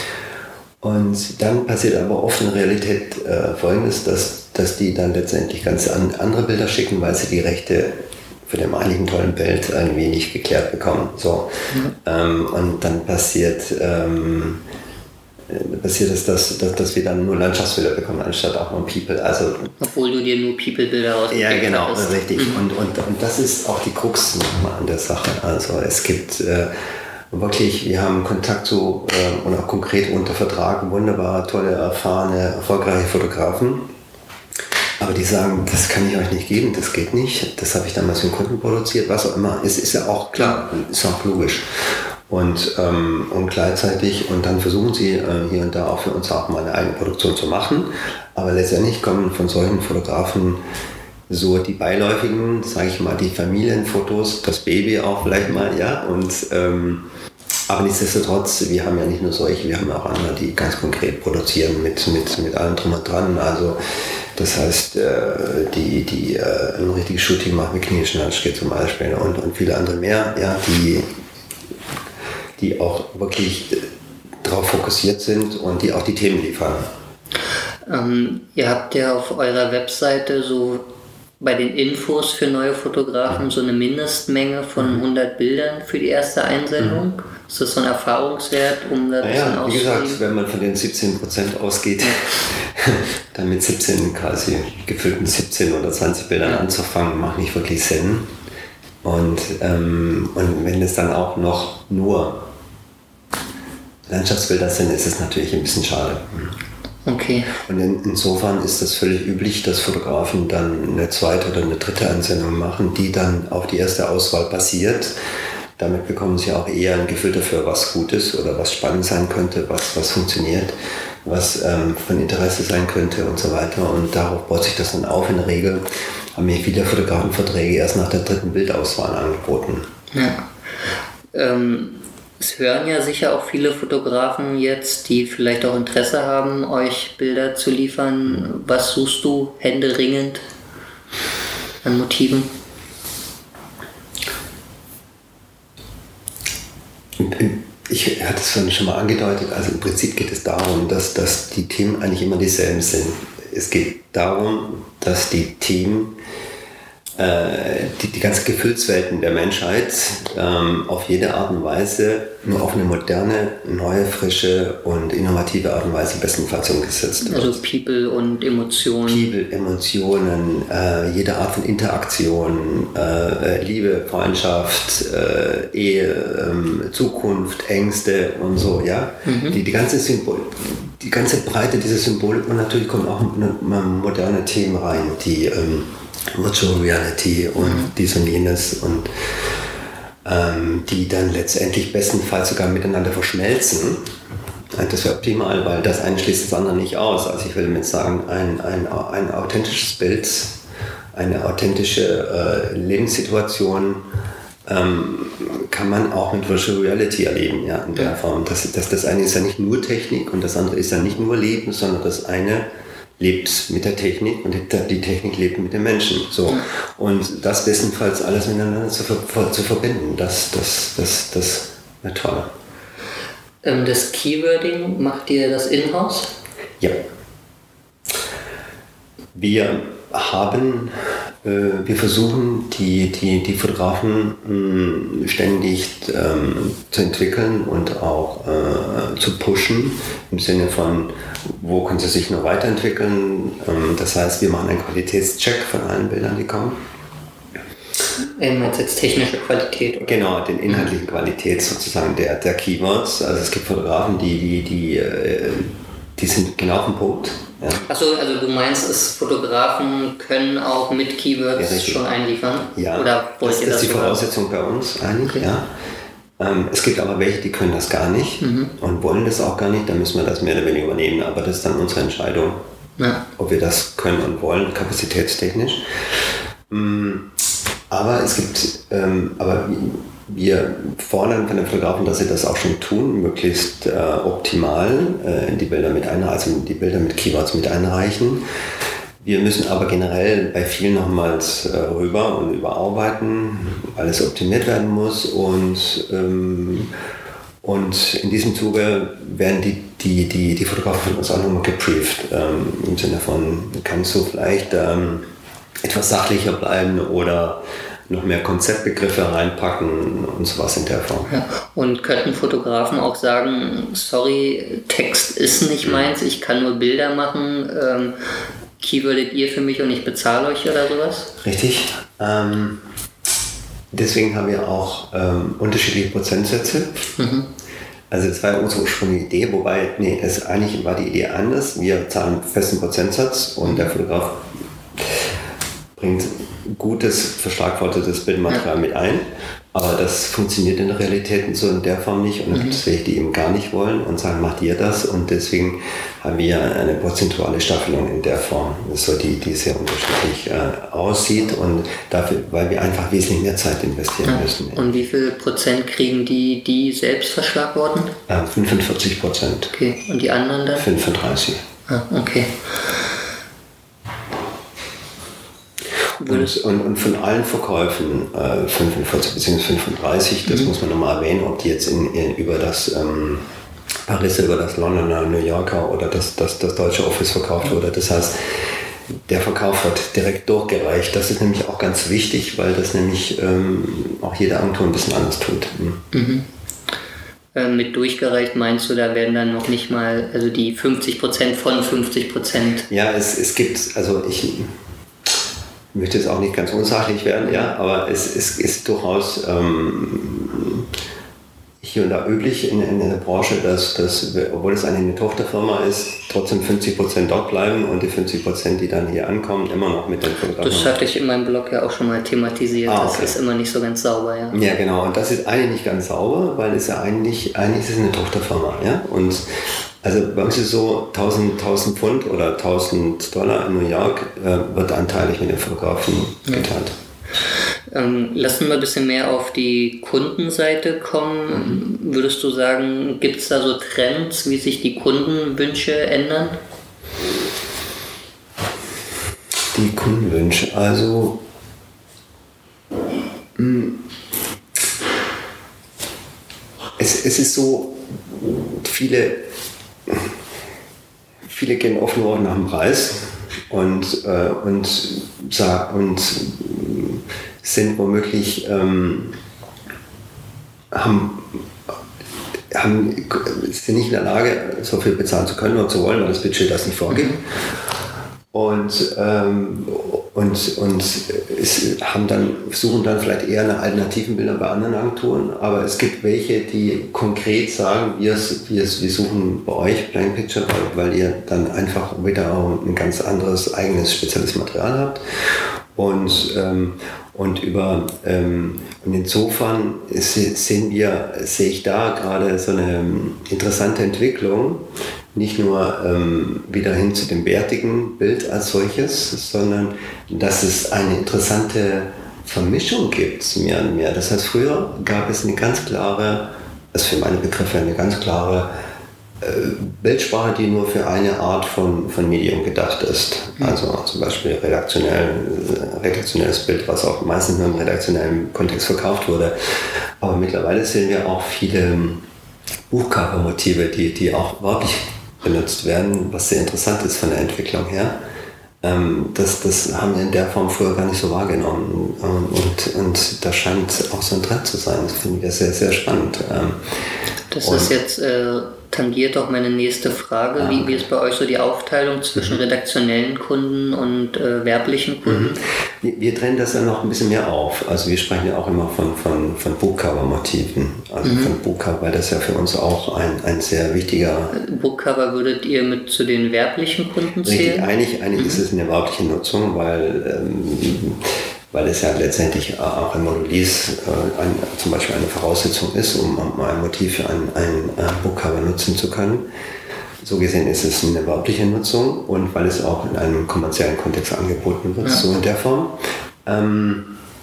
Und dann passiert aber oft in Realität äh, Folgendes, dass, dass die dann letztendlich ganz an, andere Bilder schicken, weil sie die Rechte für den einigen tollen Bild ein wenig geklärt bekommen. So. Mhm. Ähm, und dann passiert, ähm, passiert es, dass, dass, dass wir dann nur Landschaftsbilder bekommen, anstatt auch nur People. Also, obwohl du dir nur People-Bilder rausgekriegt hast. Ja, genau, hast. richtig. Mhm. Und, und, und das ist auch die Krux nochmal an der Sache. Also es gibt äh, wirklich, wir haben Kontakt zu äh, und auch konkret unter Vertrag wunderbar, tolle, erfahrene, erfolgreiche Fotografen. Aber die sagen, das kann ich euch nicht geben, das geht nicht. Das habe ich damals für den Kunden produziert, was auch immer. Es ist ja auch klar, ist auch logisch. Und, ähm, und gleichzeitig, und dann versuchen sie äh, hier und da auch für uns auch mal eine eigene Produktion zu machen. Aber letztendlich kommen von solchen Fotografen so die beiläufigen, sage ich mal, die Familienfotos, das Baby auch vielleicht mal, ja. Und ähm, aber nichtsdestotrotz, wir haben ja nicht nur solche, wir haben auch andere, die ganz konkret produzieren mit, mit, mit allem drum und dran. Also das heißt, die, die ein richtiges Shooting machen mit Knieschnatschke zum Beispiel und, und viele andere mehr, ja, die, die auch wirklich darauf fokussiert sind und die auch die Themen liefern. Ähm, ihr habt ja auf eurer Webseite so bei den Infos für neue Fotografen so eine Mindestmenge von hundert Bildern für die erste Einsendung. Mhm. Ist das so ein Erfahrungswert, um da ein bisschen auszugeben? Wie gesagt, wenn man von den siebzehn Prozent ausgeht, dann mit siebzehn quasi gefüllten siebzehn oder zwanzig Bildern ja. anzufangen, macht nicht wirklich Sinn. Und, ähm, und wenn es dann auch noch nur Landschaftsbilder sind, ist es natürlich ein bisschen schade. Okay. Und in, insofern ist das völlig üblich, dass Fotografen dann eine zweite oder eine dritte Einsendung machen, die dann auf die erste Auswahl basiert. Damit bekommen sie auch eher ein Gefühl dafür, was gut ist oder was spannend sein könnte, was, was funktioniert, was ähm, von Interesse sein könnte und so weiter. Und darauf baut sich das dann auf. In der Regel haben mir viele Fotografenverträge erst nach der dritten Bildauswahl angeboten. Ja. Ähm Es hören ja sicher auch viele Fotografen jetzt, die vielleicht auch Interesse haben, euch Bilder zu liefern. Was suchst du händeringend an Motiven? Ich hatte es vorhin schon mal angedeutet, also im Prinzip geht es darum, dass, dass die Themen eigentlich immer dieselben sind. Es geht darum, dass die Themen äh, die, die ganzen Gefühlswelten der Menschheit ähm, auf jede Art und Weise, nur auf eine moderne, neue, frische und innovative Art und Weise bestenfalls umgesetzt wird. Also People und Emotionen. People, Emotionen, äh, jede Art von Interaktion, äh, Liebe, Freundschaft, äh, Ehe, äh, Zukunft, Ängste und so, ja. Mhm. Die, die ganze Symbol, die ganze Breite dieser Symbolik und natürlich kommen auch moderne Themen rein, die ähm, Virtual Reality und mhm. dies und jenes und ähm, die dann letztendlich bestenfalls sogar miteinander verschmelzen. Das wäre optimal, weil das eine schließt das andere nicht aus. Also ich will damit sagen, ein, ein, ein authentisches Bild, eine authentische äh, Lebenssituation ähm, kann man auch mit Virtual Reality erleben, ja, in der ja. Form. Das, das, das eine ist ja nicht nur Technik und das andere ist ja nicht nur Leben, sondern das eine lebt mit der Technik und die Technik lebt mit den Menschen. So. Und das bestenfalls alles miteinander zu, ver- zu verbinden, das, das, das, das wäre toll. Ähm, das Keywording, macht ihr das in-house? Ja. Wir haben, äh, wir versuchen die, die, die Fotografen mh, ständig ähm, zu entwickeln und auch äh, zu pushen, im Sinne von, wo können sie sich noch weiterentwickeln. Ähm, das heißt, wir machen einen Qualitätscheck von allen Bildern, die kommen. Meinst jetzt technische Qualität? Oder? Genau, den inhaltlichen Qualität sozusagen der, der Keywords. Also es gibt Fotografen, die, die, die, die sind genau auf dem Punkt. Ja. Achso, also du meinst, es Fotografen können auch mit Keywords ja, schon einliefern? Ja, oder wollt das, ihr das das ist die sogar? Voraussetzung bei uns eigentlich, okay. ja. Ähm, es gibt aber welche, die können das gar nicht mhm. und wollen das auch gar nicht, dann müssen wir das mehr oder weniger übernehmen, aber das ist dann unsere Entscheidung, ja. ob wir das können und wollen, kapazitätstechnisch. Ähm, aber es gibt, ähm, aber wir fordern von den Fotografen, dass sie das auch schon tun, möglichst äh, optimal äh, die Bilder mit einreichen, also die Bilder mit Keywords mit einreichen. Wir müssen aber generell bei vielen nochmals äh, rüber und überarbeiten, alles optimiert werden muss und, ähm, und in diesem Zuge werden die, die, die, die Fotografen von uns auch nochmal gebrieft, ähm, im Sinne von, kannst du vielleicht ähm, etwas sachlicher bleiben oder noch mehr Konzeptbegriffe reinpacken und sowas in der Form. Ja. Und könnten Fotografen auch sagen, sorry, Text ist nicht meins, ich kann nur Bilder machen, ähm, keywordet ihr für mich und ich bezahle euch oder sowas? Richtig. Ähm, deswegen haben wir auch ähm, unterschiedliche Prozentsätze. Mhm. Also das war unsere ursprüngliche Idee, wobei, nee, es eigentlich war die Idee anders. Wir zahlen einen festen Prozentsatz und der Fotograf bringt gutes, verschlagwortetes Bildmaterial ja. mit ein, aber das funktioniert in der Realität so in der Form nicht und mhm. das will ich die eben gar nicht wollen und sagen, macht ihr das und deswegen haben wir eine prozentuale Staffelung in der Form, so die, die sehr unterschiedlich äh, aussieht und dafür, weil wir einfach wesentlich mehr Zeit investieren ja. müssen. Und wie viel Prozent kriegen die, die selbst verschlagworten? Äh, fünfundvierzig Prozent. Okay, und die anderen dann? fünfunddreißig. Ah, okay. Und, und, und von allen Verkäufen, äh, fünfundvierzig bzw. fünfunddreißig, das mhm. muss man nochmal erwähnen, ob die jetzt in, in, über das ähm, Pariser, über das Londoner, New Yorker oder das, das, das deutsche Office verkauft wurde. Das heißt, der Verkauf wird direkt durchgereicht. Das ist nämlich auch ganz wichtig, weil das nämlich ähm, auch jede Agentur ein bisschen anders tut. Mhm. Mhm. Äh, mit durchgereicht meinst du, da werden dann noch nicht mal, also die fünfzig Prozent von fünfzig Prozent? Ja, es, es gibt, also ich... Ich möchte jetzt auch nicht ganz unsachlich werden, ja, aber es, es ist durchaus ähm, hier und da üblich in, in der Branche, dass, dass, obwohl es eine Tochterfirma ist, trotzdem fünfzig Prozent dort bleiben und die fünfzig Prozent, die dann hier ankommen, immer noch mit den Fotografen. Das hatte ich in meinem Blog ja auch schon mal thematisiert. Ah, okay. Das ist immer nicht so ganz sauber, ja. Ja, genau. Und das ist eigentlich nicht ganz sauber, weil es ja eigentlich, eigentlich ist es eine Tochterfirma, ja. Und also bei uns ist es so, tausend, tausend Pfund oder tausend Dollar in New York äh, wird anteilig mit den Fotografen geteilt. Ja. Ähm, lass uns mal ein bisschen mehr auf die Kundenseite kommen. Mhm. Würdest du sagen, gibt es da so Trends, wie sich die Kundenwünsche ändern? Die Kundenwünsche, also mh, es, es ist so, viele Viele gehen oft nur nach dem Preis und, äh, und, und sind womöglich, ähm, haben, haben, sind nicht in der Lage, so viel bezahlen zu können oder zu wollen, weil das Budget das nicht vorgibt. Und, ähm, und, und es haben dann, suchen dann vielleicht eher nach alternativen Bildern bei anderen Agenturen, aber es gibt welche, die konkret sagen, wir, wir, wir suchen bei euch Blank Picture, weil, weil ihr dann einfach wieder auch ein ganz anderes eigenes spezielles Material habt. Und, ähm, und, über, ähm, und insofern sehen wir, sehe ich da gerade so eine interessante Entwicklung, nicht nur ähm, wieder hin zu dem wertigen Bild als solches, sondern dass es eine interessante Vermischung gibt, mehr und mehr. Das heißt, früher gab es eine ganz klare, also für meine Begriffe eine ganz klare äh, Bildsprache, die nur für eine Art von, von Medium gedacht ist. Also zum Beispiel redaktionell, redaktionelles Bild, was auch meistens nur im redaktionellen Kontext verkauft wurde. Aber mittlerweile sehen wir auch viele Buchcover-Motive, die, die auch wirklich benutzt werden, was sehr interessant ist von der Entwicklung her. Ähm, das, das haben wir in der Form früher gar nicht so wahrgenommen. Und, und da scheint auch so ein Trend zu sein. Das finde ich sehr, sehr spannend. Ähm, das ist jetzt, äh, tangiert auch meine nächste Frage. Ah, wie, wie ist bei euch so die Aufteilung zwischen mhm. redaktionellen Kunden und äh, werblichen Kunden? Mhm. Wir, wir trennen das ja noch ein bisschen mehr auf. Also wir sprechen ja auch immer von, von, von Bookcover-Motiven. Also mhm. von Bookcover, weil das ja für uns auch ein, ein sehr wichtiger... Bookcover würdet ihr mit zu den werblichen Kunden zählen? Richtig, eigentlich, eigentlich mhm. ist es eine werbliche Nutzung, weil... Ähm, weil es ja letztendlich auch ein Monolith äh, ein, zum Beispiel eine Voraussetzung ist, um, um ein Motiv für ein, ein äh, Bookcover nutzen zu können. So gesehen ist es eine werbliche Nutzung und weil es auch in einem kommerziellen Kontext angeboten wird, ja. so in der Form. Ähm,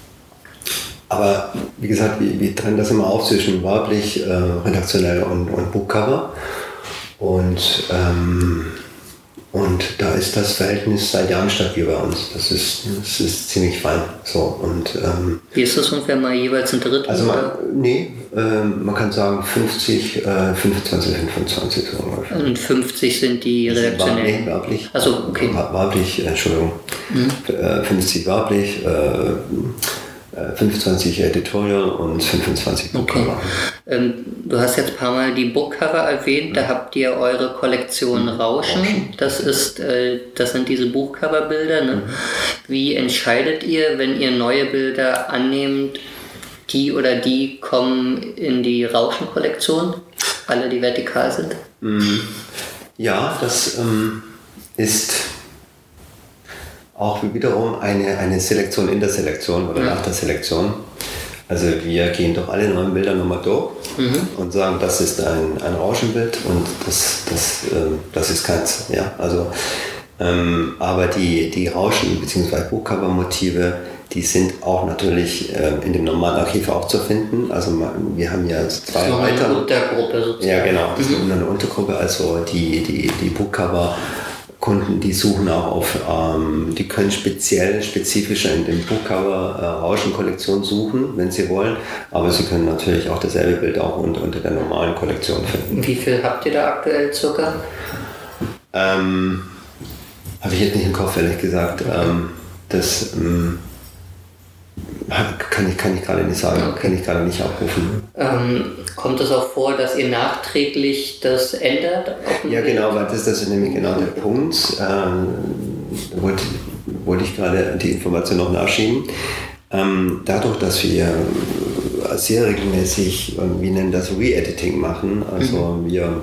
aber wie gesagt, wir, wir trennen das immer auf zwischen werblich, äh, redaktionell und, und Bookcover. Und ähm, Und da ist das Verhältnis seit Jahren stabil bei uns. Das ist, das ist ziemlich fein. So, und, ähm, Wie ist das ungefähr mal jeweils ein Drittel? Also man, nee, äh, man kann sagen fünfzig, äh, fünfundzwanzig, fünfundzwanzig so ungefähr. Und fünfzig sind die redaktionellen? Nee, werblich. Also okay. Werblich, Entschuldigung. Mhm. Äh, fünfzig werblich, äh, fünfundzwanzig Editorial und fünfundzwanzig Bookcover. Okay. Ähm, du hast jetzt ein paar Mal die Bookcover erwähnt, da habt ihr eure Kollektion Rauschen. Rauschen. Das ist, äh, das sind diese Buchcoverbilder. Ne? Mhm. Wie entscheidet ihr, wenn ihr neue Bilder annehmt, die oder die kommen in die Rauschen-Kollektion? Alle, die vertikal sind? Mhm. Ja, das ähm, ist auch wiederum eine, eine Selektion in der Selektion oder ja. nach der Selektion. Also wir gehen doch alle neuen Bilder nochmal durch mhm. und sagen, das ist ein, ein Rauschenbild und das, das, äh, das ist keins. Ja? Also, ähm, aber die, die Rauschen- bzw. Buchcover-Motive, die sind auch natürlich äh, in dem normalen Archiv auch zu finden. Also wir haben ja zwei so weiter. Eine Untergruppe sozusagen. Ja genau, das mhm. ist eine Untergruppe, also die, die, die Buchcover Kunden, die suchen auch auf, ähm, die können speziell, spezifischer in dem Bookcover äh, Rauschen-Kollektion suchen, wenn sie wollen, aber sie können natürlich auch dasselbe Bild auch unter, unter der normalen Kollektion finden. Wie viel habt ihr da aktuell circa? Ähm, habe ich jetzt nicht im Kopf, ehrlich gesagt. Okay. Ähm, das ähm, kann ich, kann ich gerade nicht sagen, okay. kann ich gerade nicht abrufen. Ähm, kommt es auch vor, dass ihr nachträglich das ändert? Ja genau, weil das, das ist nämlich genau der Punkt. Ähm, wollte, wollte ich gerade die Information noch nachschieben. Ähm, dadurch, dass wir sehr regelmäßig, wir nennen das Re-Editing machen, also mhm. wir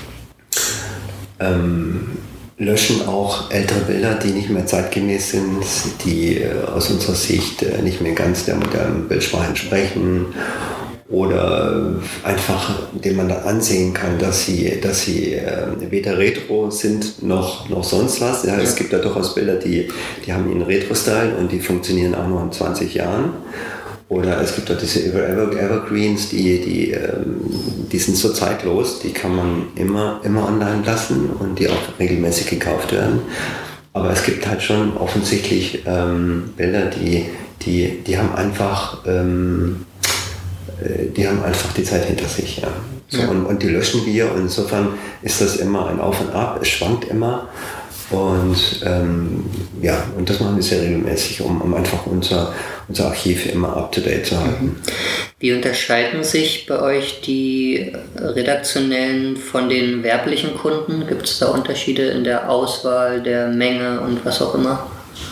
ähm, löschen auch ältere Bilder, die nicht mehr zeitgemäß sind, die äh, aus unserer Sicht äh, nicht mehr ganz der modernen Bildsprache entsprechen oder einfach, den man da ansehen kann, dass sie, dass sie äh, weder Retro sind noch, noch sonst was. Ja, es gibt ja durchaus Bilder, die, die haben ihren Retro-Style und die funktionieren auch noch in zwanzig Jahren. Oder es gibt auch diese Ever Evergreens, die, die, ähm, die sind so zeitlos, die kann man immer, immer online lassen und die auch regelmäßig gekauft werden. Aber es gibt halt schon offensichtlich ähm, Bilder, die, die, die haben einfach ähm, die haben einfach die Zeit hinter sich. Ja. So, ja. Und, und die löschen wir und insofern ist das immer ein Auf und Ab, es schwankt immer. Und ähm, ja, und das machen wir sehr regelmäßig, um, um einfach unser, unser Archiv immer up-to-date zu halten. Wie unterscheiden sich bei euch die redaktionellen von den werblichen Kunden? Gibt es da Unterschiede in der Auswahl, der Menge und was auch immer?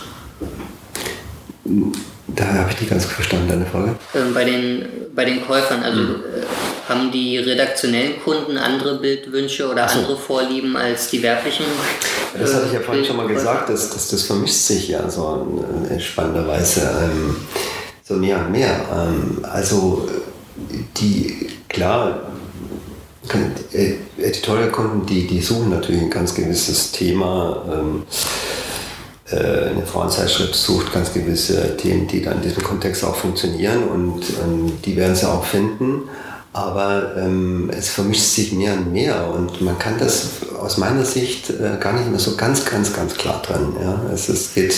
Da habe ich nicht ganz verstanden, deine Frage. Ähm, bei, den, bei den Käufern, also mhm. äh, haben die redaktionellen Kunden andere Bildwünsche oder so. andere Vorlieben als die werblichen? Äh, das hatte ich ja vorhin schon mal gesagt, dass, dass das vermischt sich ja so in spannender Weise ähm, so mehr und mehr. Ähm, also die, klar, Editorial-Kunden, die, die suchen natürlich ein ganz gewisses Thema. Ähm, Eine Frauenzeitschrift sucht ganz gewisse Themen, die dann in diesem Kontext auch funktionieren, und ähm, die werden sie auch finden. Aber ähm, es vermischt sich mehr und mehr, und man kann das aus meiner Sicht äh, gar nicht mehr so ganz, ganz, ganz klar trennen. Ja? Es, es geht.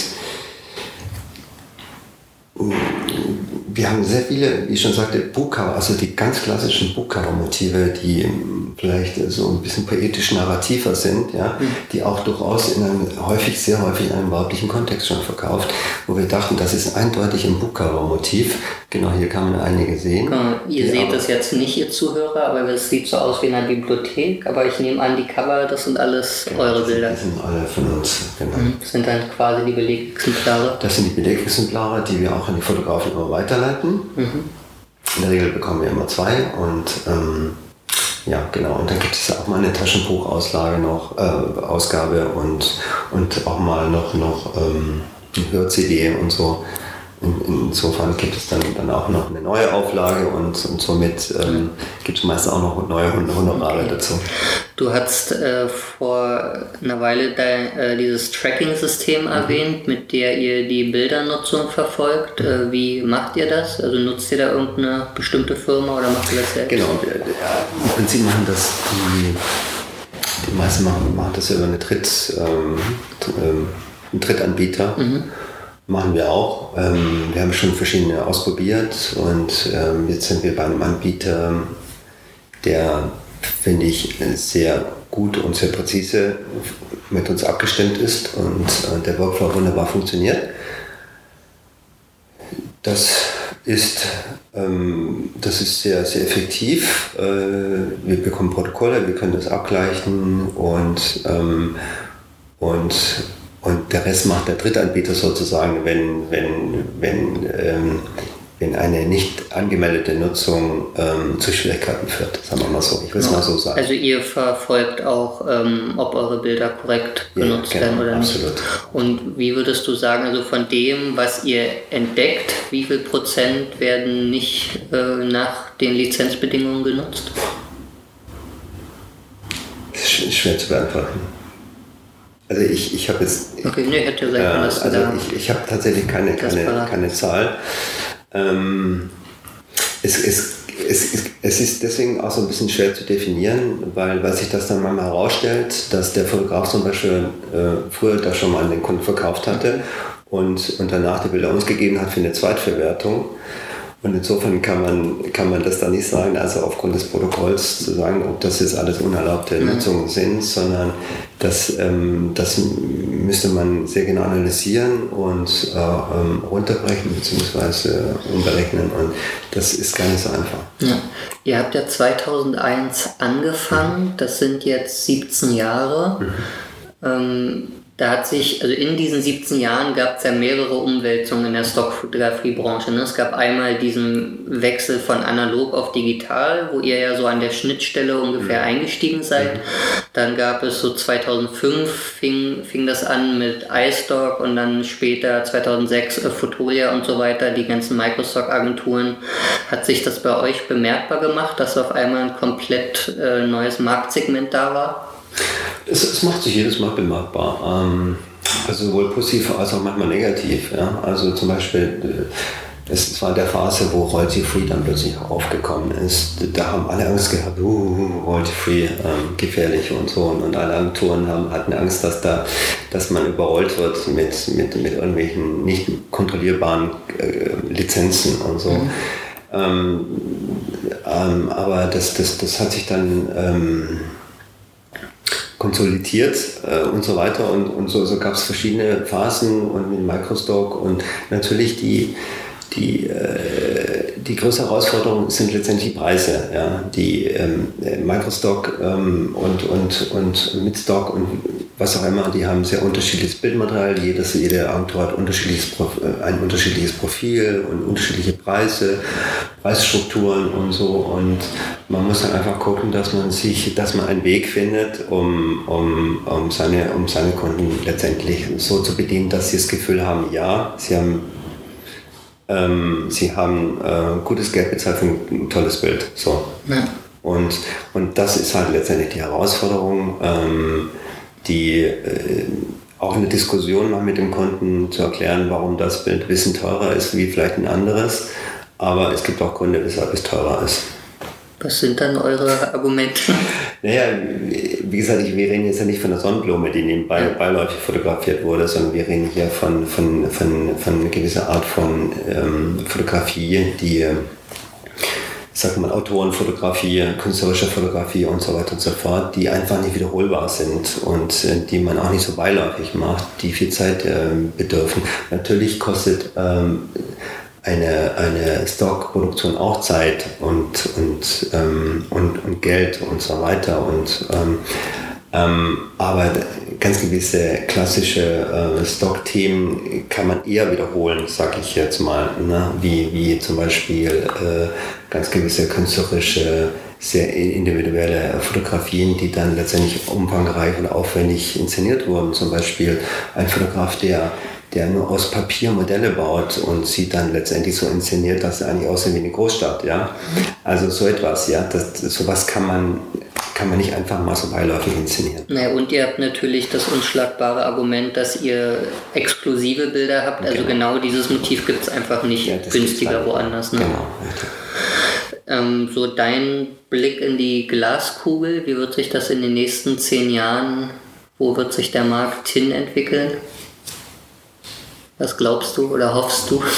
Wir haben sehr viele, wie ich schon sagte, Buchcover, also die ganz klassischen Buchcover-Motive, die vielleicht so ein bisschen poetisch narrativer sind, ja, mhm. die auch durchaus in einem, häufig, sehr häufig in einem weiblichen Kontext schon verkauft, wo wir dachten, das ist eindeutig ein Buchcover-Motiv. Genau, hier kann man einige sehen. Genau. Ihr seht das jetzt nicht, ihr Zuhörer, aber es sieht so aus wie in einer Bibliothek, aber ich nehme an, die Cover, das sind alles genau, eure Bilder. Die sind alle von uns, genau. Mhm. Das sind dann quasi die Belegexemplare? Das sind die Belegexemplare, die wir auch an die Fotografen immer weiterleiten. Mhm. In der Regel bekommen wir immer zwei, und ähm, ja, genau. Und dann gibt es auch mal eine Taschenbuchauslage noch, äh, Ausgabe und, und auch mal noch, noch ähm, eine Hör-C D und so. In, insofern gibt es dann, dann auch noch eine neue Auflage, und, und somit ähm, gibt es meist auch noch neue Honorare okay. dazu. Du hast äh, vor einer Weile dein, äh, dieses Tracking-System mhm. erwähnt, mit der ihr die Bildernutzung verfolgt. Mhm. Äh, wie macht ihr das? Also nutzt ihr da irgendeine bestimmte Firma oder macht ihr das selbst? Genau, wir, ja, im Prinzip machen das die, die meisten machen, machen das über eine Dritt, ähm, ähm, einen Drittanbieter. Mhm. Machen wir auch. Ähm, wir haben schon verschiedene ausprobiert, und ähm, jetzt sind wir bei einem Anbieter, der, finde ich, sehr gut und sehr präzise mit uns abgestimmt ist, und äh, der Workflow wunderbar funktioniert. Das ist, ähm, das ist sehr, sehr effektiv. Äh, wir bekommen Protokolle, wir können das abgleichen, und, ähm, und Und der Rest macht der Drittanbieter sozusagen, wenn, wenn, wenn, ähm, wenn eine nicht angemeldete Nutzung ähm, zu Schwierigkeiten führt. Sagen wir mal so. Ich will es ja. mal so sagen. Also ihr verfolgt auch, ähm, ob eure Bilder korrekt genutzt ja, genau, werden oder absolut. nicht. Und wie würdest du sagen, also von dem, was ihr entdeckt, wie viel Prozent werden nicht äh, nach den Lizenzbedingungen genutzt? Das ist schwer zu beantworten. Also ich, ich habe jetzt... Okay, nee, hätte ja sein können, dass äh, also ich, ich habe tatsächlich keine, keine, keine Zahl. Ähm, es, es, es, es ist deswegen auch so ein bisschen schwer zu definieren, weil, weil sich das dann manchmal herausstellt, dass der Fotograf zum Beispiel äh, früher das schon mal an den Kunden verkauft hatte und, und danach die Bilder uns gegeben hat für eine Zweitverwertung. Und insofern kann man, kann man das da nicht sagen, also aufgrund des Protokolls zu sagen, ob das jetzt alles unerlaubte mhm. Nutzungen sind, sondern das, ähm, das müsste man sehr genau analysieren und äh, ähm, runterbrechen bzw. umberechnen, und das ist gar nicht so einfach. Ja. Ihr habt ja zweitausendeins angefangen, mhm. das sind jetzt siebzehn Jahre. Mhm. Ähm, Da hat sich, also in diesen siebzehn Jahren gab es ja mehrere Umwälzungen in der Stockfotografiebranche. Ne? Es gab einmal diesen Wechsel von analog auf digital, wo ihr ja so an der Schnittstelle ungefähr mhm. eingestiegen seid. Mhm. Dann gab es so zweitausendfünf fing, fing das an mit iStock, und dann später zweitausendsechs äh, Fotolia und so weiter, die ganzen Microstock-Agenturen. Hat sich das bei euch bemerkbar gemacht, dass auf einmal ein komplett äh, neues Marktsegment da war? Es, es macht sich jedes Mal bemerkbar, ähm, also sowohl positiv als auch manchmal negativ. Ja? Also zum Beispiel, es war der Phase, wo Royalty-Free dann plötzlich aufgekommen ist. Da haben alle Angst gehabt, uh, Royalty-Free, ähm, gefährlich und so. Und, und alle Agenturen haben, hatten Angst, dass, da, dass man überrollt wird mit, mit, mit irgendwelchen nicht kontrollierbaren äh, Lizenzen und so. Mhm. Ähm, ähm, aber das, das, das hat sich dann... Ähm, konsolidiert äh, und so weiter. Und, und so, so gab es verschiedene Phasen und mit Microstock und natürlich die, die, äh, die größte Herausforderung sind letztendlich die Preise. Ja? Die ähm, Microstock ähm, und, und, und Midstock und was auch immer, die haben sehr unterschiedliches Bildmaterial. Jedes, jede Agentur hat unterschiedliches, ein unterschiedliches Profil und unterschiedliche Preise, Preisstrukturen und so. Und man muss dann einfach gucken, dass man sich, dass man einen Weg findet, um, um, um, seine, um seine Kunden letztendlich so zu bedienen, dass sie das Gefühl haben, ja, sie haben, ähm, sie haben äh, gutes Geld bezahlt für ein tolles Bild. So. Ja. Und, und das ist halt letztendlich die Herausforderung. Ähm, die äh, auch eine Diskussion mal mit dem Kunden zu erklären, warum das Bild ein bisschen teurer ist wie vielleicht ein anderes. Aber es gibt auch Gründe, weshalb es teurer ist. Was sind dann eure Argumente? Naja, wie gesagt, wir reden jetzt ja nicht von der Sonnenblume, die nebenbei ja. beiläufig fotografiert wurde, sondern wir reden hier von, von, von, von einer gewissen Art von ähm, Fotografie, die ich sag mal, Autorenfotografie, künstlerische Fotografie und so weiter und so fort, die einfach nicht wiederholbar sind und äh, die man auch nicht so beiläufig macht, die viel Zeit äh, bedürfen. Natürlich kostet ähm, eine, eine Stockproduktion auch Zeit und, und, ähm, und, und Geld und so weiter. Und, ähm, ähm, aber ganz gewisse klassische äh, Stock-Themen kann man eher wiederholen, sag ich jetzt mal, ne? wie, wie zum Beispiel äh, ganz gewisse künstlerische, sehr individuelle Fotografien, die dann letztendlich umfangreich und aufwendig inszeniert wurden. Zum Beispiel ein Fotograf, der, der nur aus Papier Modelle baut und sie dann letztendlich so inszeniert, dass er eigentlich aussieht wie eine Großstadt. Ja? Also so etwas, ja, das, sowas kann man kann man nicht einfach mal so beiläufig inszenieren. Naja, und ihr habt natürlich das unschlagbare Argument, dass ihr exklusive Bilder habt. Also genau, genau dieses Motiv gibt es einfach nicht ja, günstiger woanders. Ne? Genau. Ähm, so dein Blick in die Glaskugel, wie wird sich das in den nächsten zehn Jahren, wo wird sich der Markt hin entwickeln? Was glaubst du oder hoffst du?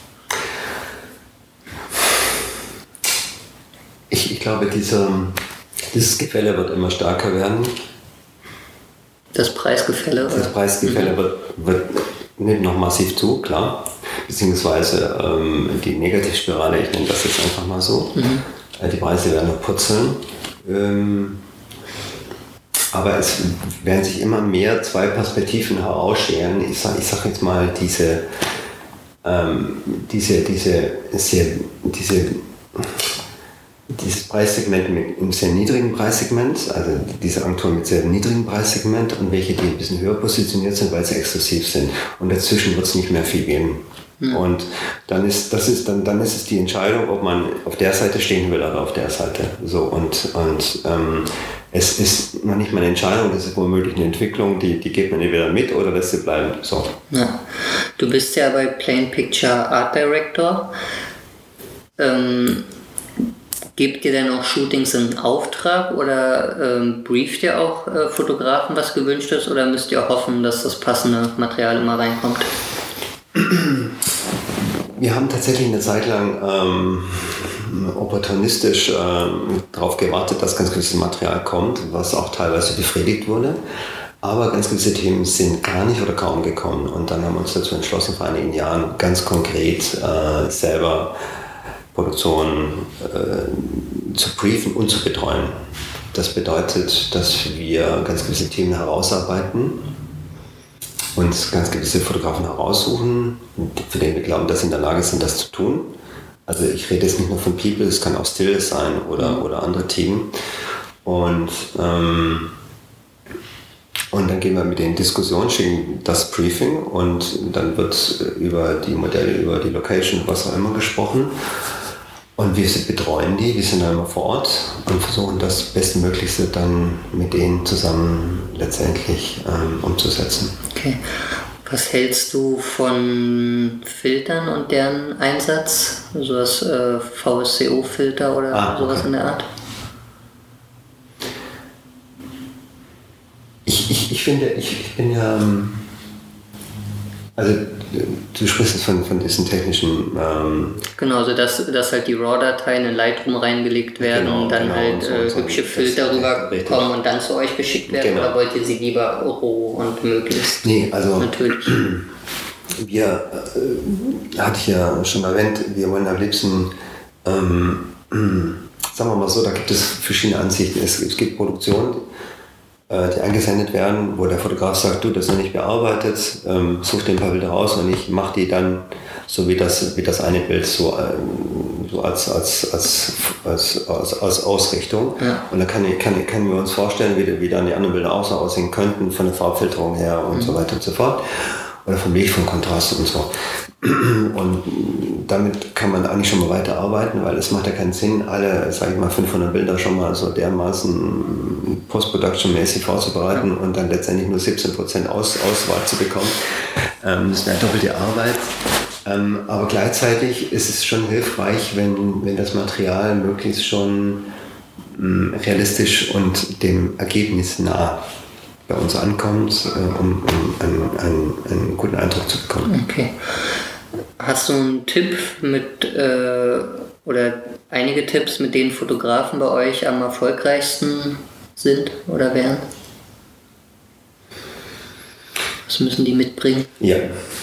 Ich, ich glaube, diese... Dieses Gefälle wird immer stärker werden. Das Preisgefälle? Oder? Das Preisgefälle mhm. wird, wird nimmt noch massiv zu, klar. Beziehungsweise ähm, die Negativspirale, ich nenne das jetzt einfach mal so. Mhm. Äh, die Preise werden noch purzeln. Ähm, aber es werden sich immer mehr zwei Perspektiven herausscheren. Ich sage ich sag jetzt mal, diese, ähm, diese, diese, sehr, diese dieses Preissegment mit einem sehr niedrigen Preissegment, also diese Agenturen mit sehr niedrigem Preissegment und welche, die ein bisschen höher positioniert sind, weil sie exklusiv sind. Und dazwischen wird es nicht mehr viel geben. Mhm. Und dann ist, das ist, dann, dann ist es die Entscheidung, ob man auf der Seite stehen will oder auf der Seite. So, und und ähm, es ist noch nicht mal eine Entscheidung, das ist womöglich eine Entwicklung, die, die geht man entweder mit oder lässt sie bleiben. So. Ja. Du bist ja bei Plain Picture Art Director. Ähm, Gebt ihr denn auch Shootings in Auftrag oder ähm, brieft ihr auch äh, Fotografen, was gewünscht ist, oder müsst ihr auch hoffen, dass das passende Material immer reinkommt? Wir haben tatsächlich eine Zeit lang ähm, opportunistisch ähm, darauf gewartet, dass ganz gewisses Material kommt, was auch teilweise befriedigt wurde. Aber ganz gewisse Themen sind gar nicht oder kaum gekommen. Und dann haben wir uns dazu entschlossen, vor einigen Jahren ganz konkret äh, selber Produktion äh, zu briefen und zu betreuen. Das bedeutet, dass wir ganz gewisse Themen herausarbeiten, uns ganz gewisse Fotografen heraussuchen, für den wir glauben, dass sie in der Lage sind, das zu tun. Also ich rede jetzt nicht nur von People, es kann auch Still sein oder, mhm. oder andere Themen. Und, ähm, und dann gehen wir mit denen in Diskussion, schicken das Briefing und dann wird über die Modelle, über die Location, was auch immer gesprochen. Und wir betreuen die, wir sind dann immer vor Ort und versuchen das Bestmöglichste dann mit denen zusammen letztendlich ähm, umzusetzen. Okay. Was hältst du von Filtern und deren Einsatz? Sowas äh, V S C O-Filter oder ah, sowas okay. in der Art? Ich, ich, ich finde, ich, ich bin ja... Ähm, Also du sprichst jetzt von, von diesen technischen... Ähm genau, so dass, dass halt die RAW-Dateien in Lightroom reingelegt werden, genau, dann genau, halt so, äh, so hübsche Filter rüberkommen und dann zu euch geschickt werden, genau. Oder wollt ihr sie lieber roh und möglichst? Nee, also natürlich. Wir, äh, hatte ich ja schon erwähnt, wir wollen am liebsten, ähm, sagen wir mal so, da gibt es verschiedene Ansichten. Es, es gibt Produktionen, die eingesendet werden, wo der Fotograf sagt, du, das ist noch nicht bearbeitet, ähm, such dir ein paar Bilder raus und ich mache die dann so wie das, wie das eine Bild so, ähm, so als, als, als, als, als, als Ausrichtung. Ja. Und dann kann, kann, können wir uns vorstellen, wie, wie dann die anderen Bilder auch so aussehen könnten, von der Farbfilterung her und mhm. so weiter und so fort. Oder vom Licht, vom Kontrast und so. Und damit kann man eigentlich schon mal weiterarbeiten, weil es macht ja keinen Sinn, alle, sage ich mal, fünfhundert Bilder schon mal so dermaßen Post-Production-mäßig vorzubereiten und dann letztendlich nur siebzehn Prozent Aus, Auswahl zu bekommen. Ähm, das wäre doppelte Arbeit. Ähm, aber gleichzeitig ist es schon hilfreich, wenn, wenn das Material möglichst schon mh, realistisch und dem Ergebnis nah bei uns ankommt, äh, um, um einen, einen, einen guten Eindruck zu bekommen. Okay. Hast du einen Tipp mit äh, oder einige Tipps, mit denen Fotografen bei euch am erfolgreichsten sind oder wären? Was müssen die mitbringen? Ja.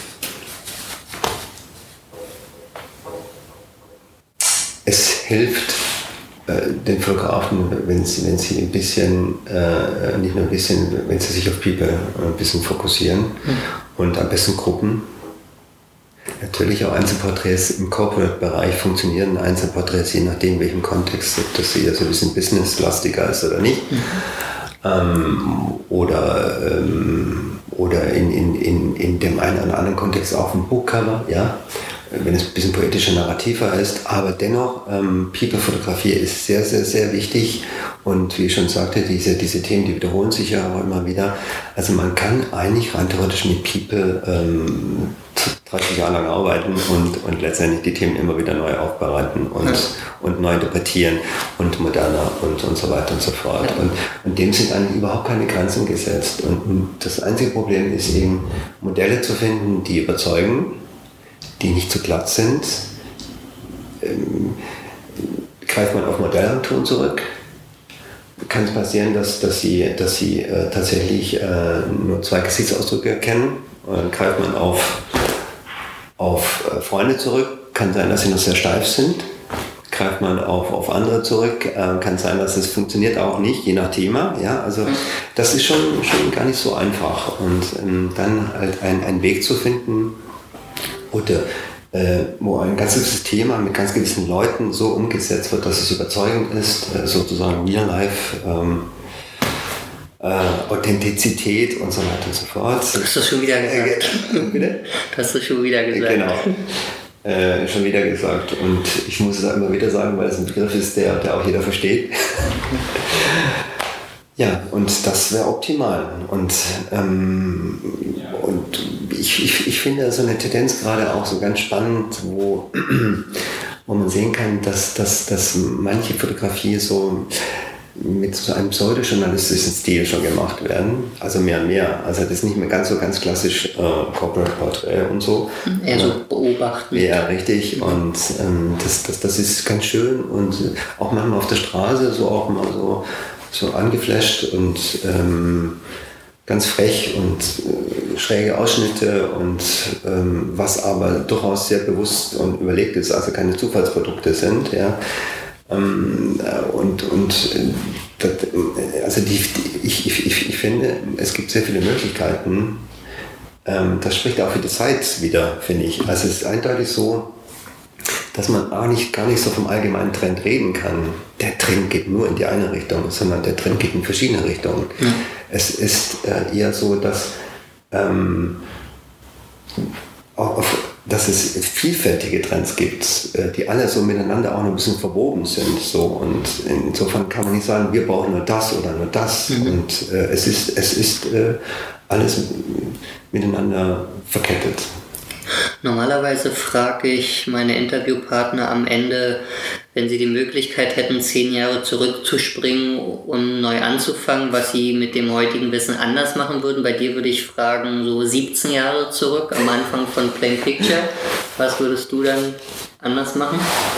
Es hilft den Fotografen, wenn sie, wenn sie ein bisschen, äh, nicht nur ein bisschen, wenn sie sich auf People ein bisschen fokussieren mhm. und am besten Gruppen. Natürlich auch Einzelporträts im Corporate-Bereich funktionieren Einzelporträts, je nachdem welchem Kontext, ob das eher so ein bisschen businesslastiger ist oder nicht. Mhm. Ähm, oder ähm, oder in, in, in, in dem einen oder anderen Kontext auch ein Buchcover, ja. Wenn es ein bisschen poetischer, narrativer ist, aber dennoch, ähm, People-Fotografie ist sehr, sehr, sehr wichtig und wie ich schon sagte, diese, diese Themen, die wiederholen sich ja auch immer wieder. Also man kann eigentlich rein theoretisch mit People ähm, dreißig Jahre lang arbeiten und, und letztendlich die Themen immer wieder neu aufbereiten und, ja. und neu interpretieren und moderner und, und so weiter und so fort. Ja. Und, und dem sind eigentlich überhaupt keine Grenzen gesetzt. Und, und das einzige Problem ist eben, Modelle zu finden, die überzeugen, die nicht zu glatt sind. Ähm, greift man auf Modellagenturen zurück, kann es passieren, dass, dass sie, dass sie äh, tatsächlich äh, nur zwei Gesichtsausdrücke erkennen. Und dann greift man auf, auf äh, Freunde zurück, kann sein, dass sie noch sehr steif sind. Greift man auf, auf andere zurück, äh, kann sein, dass es funktioniert auch nicht, je nach Thema. Ja? Also das ist schon, schon gar nicht so einfach. Und ähm, dann halt ein, einen Weg zu finden, oder äh, wo ein ganzes Thema mit ganz gewissen Leuten so umgesetzt wird, dass es überzeugend ist, äh, sozusagen Real-Life, ähm, äh, Authentizität und so weiter und so fort. Das hast du schon wieder gesagt. Äh, bitte? Das hast du schon wieder gesagt. Genau. Äh, schon wieder gesagt. Und ich muss es immer wieder sagen, weil es ein Begriff ist, der, der auch jeder versteht. Ja, und das wäre optimal. Und, ähm, und ich, ich, ich finde so eine Tendenz gerade auch so ganz spannend, wo, wo man sehen kann, dass, dass, dass manche Fotografie so mit so einem pseudojournalistischen Stil schon gemacht werden. Also mehr und mehr. Also das ist nicht mehr ganz so ganz klassisch äh, Corporate Portrait und so. Eher so beobachten. Ja, richtig. Und ähm, das, das, das ist ganz schön. Und auch manchmal auf der Straße so auch mal so so angeflasht und ähm, ganz frech und äh, schräge Ausschnitte und ähm, was aber durchaus sehr bewusst und überlegt ist, also keine Zufallsprodukte sind, ja. Ähm, und und äh, das, also die, die, ich, ich, ich finde, es gibt sehr viele Möglichkeiten. Ähm, das spricht auch für die Zeit wieder, finde ich. Also es ist eindeutig so, dass man auch nicht, gar nicht so vom allgemeinen Trend reden kann. Der Trend geht nur in die eine Richtung, sondern der Trend geht in verschiedene Richtungen. Mhm. Es ist äh, eher so, dass, ähm, auch auf, dass es vielfältige Trends gibt, äh, die alle so miteinander auch noch ein bisschen verwoben sind. So. Und insofern kann man nicht sagen, wir brauchen nur das oder nur das. Mhm. Und äh, es ist, es ist äh, alles miteinander verkettet. Normalerweise frage ich meine Interviewpartner am Ende, wenn sie die Möglichkeit hätten, zehn Jahre zurückzuspringen, um neu anzufangen, was sie mit dem heutigen Wissen anders machen würden. Bei dir würde ich fragen, so siebzehn Jahre zurück, am Anfang von Plain Picture. Was würdest du dann anders machen?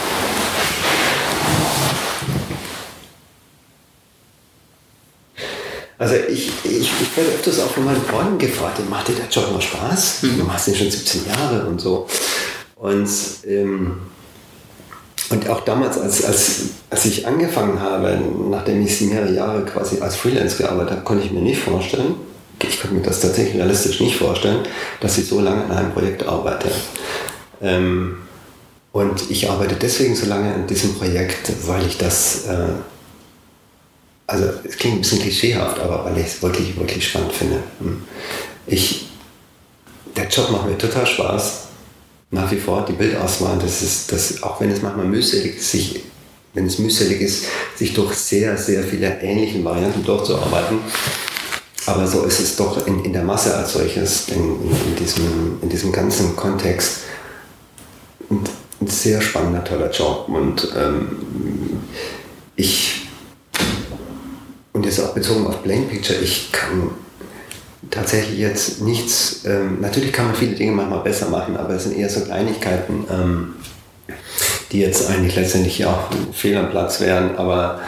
Also ich, ich, ich werde öfters auch von meinen Freunden gefragt, macht dir der Job noch Spaß? Mhm. Du machst den schon siebzehn Jahre und so. Und, ähm, und auch damals, als, als, als ich angefangen habe, nachdem ich mehrere Jahre quasi als Freelance gearbeitet habe, konnte ich mir nicht vorstellen, ich konnte mir das tatsächlich realistisch nicht vorstellen, dass ich so lange an einem Projekt arbeite. Ähm, und ich arbeite deswegen so lange an diesem Projekt, weil ich das... Äh, Also es klingt ein bisschen klischeehaft, aber weil ich es wirklich, wirklich spannend finde. Ich, der Job macht mir total Spaß. Nach wie vor, die Bildauswahl, das ist, das, auch wenn es manchmal mühselig ist, sich, wenn es mühselig ist, sich durch sehr, sehr viele ähnliche Varianten durchzuarbeiten. Aber so ist es doch in, in der Masse als solches, in, in, in, diesem, in diesem ganzen Kontext, ein, ein sehr spannender, toller Job. Und ähm, ich Und jetzt auch bezogen auf Plain Picture, ich kann tatsächlich jetzt nichts, ähm, natürlich kann man viele Dinge manchmal besser machen, aber es sind eher so Kleinigkeiten, ähm, die jetzt eigentlich letztendlich auch fehl am Platz wären, aber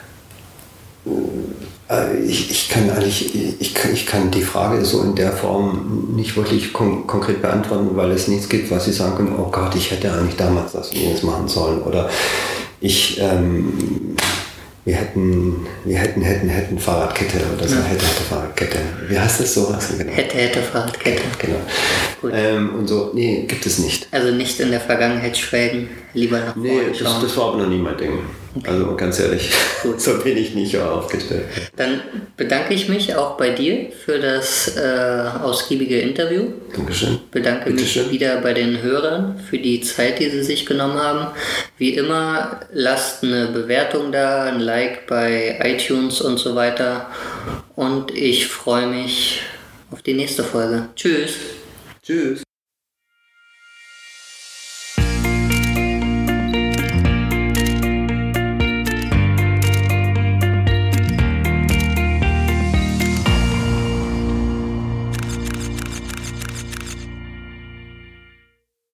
äh, ich, ich kann eigentlich, ich, ich kann die Frage so in der Form nicht wirklich kon- konkret beantworten, weil es nichts gibt, was ich sagen kann, oh Gott, ich hätte eigentlich damals das und jenes machen sollen, oder ich, ähm, Wir hätten, wir hätten, hätten, hätten Fahrradkette oder so, ja. hätte, hätte Fahrradkette. Wie heißt das so? Genau. Hätte, hätte Fahrradkette. Genau. Ähm, und so, nee, gibt es nicht. Also nicht in der Vergangenheit schwelgen, lieber nach vorne Nee, schauen. das, das war aber noch nie mein Ding. Okay. Also ganz ehrlich, Gut. so bin ich nicht aufgestellt. Dann bedanke ich mich auch bei dir für das äh, ausgiebige Interview. Dankeschön. Bedanke Bitte mich schön. wieder bei den Hörern für die Zeit, die sie sich genommen haben. Wie immer, lasst eine Bewertung da, ein Like bei iTunes und so weiter. Und ich freue mich auf die nächste Folge. Tschüss. Tschüss.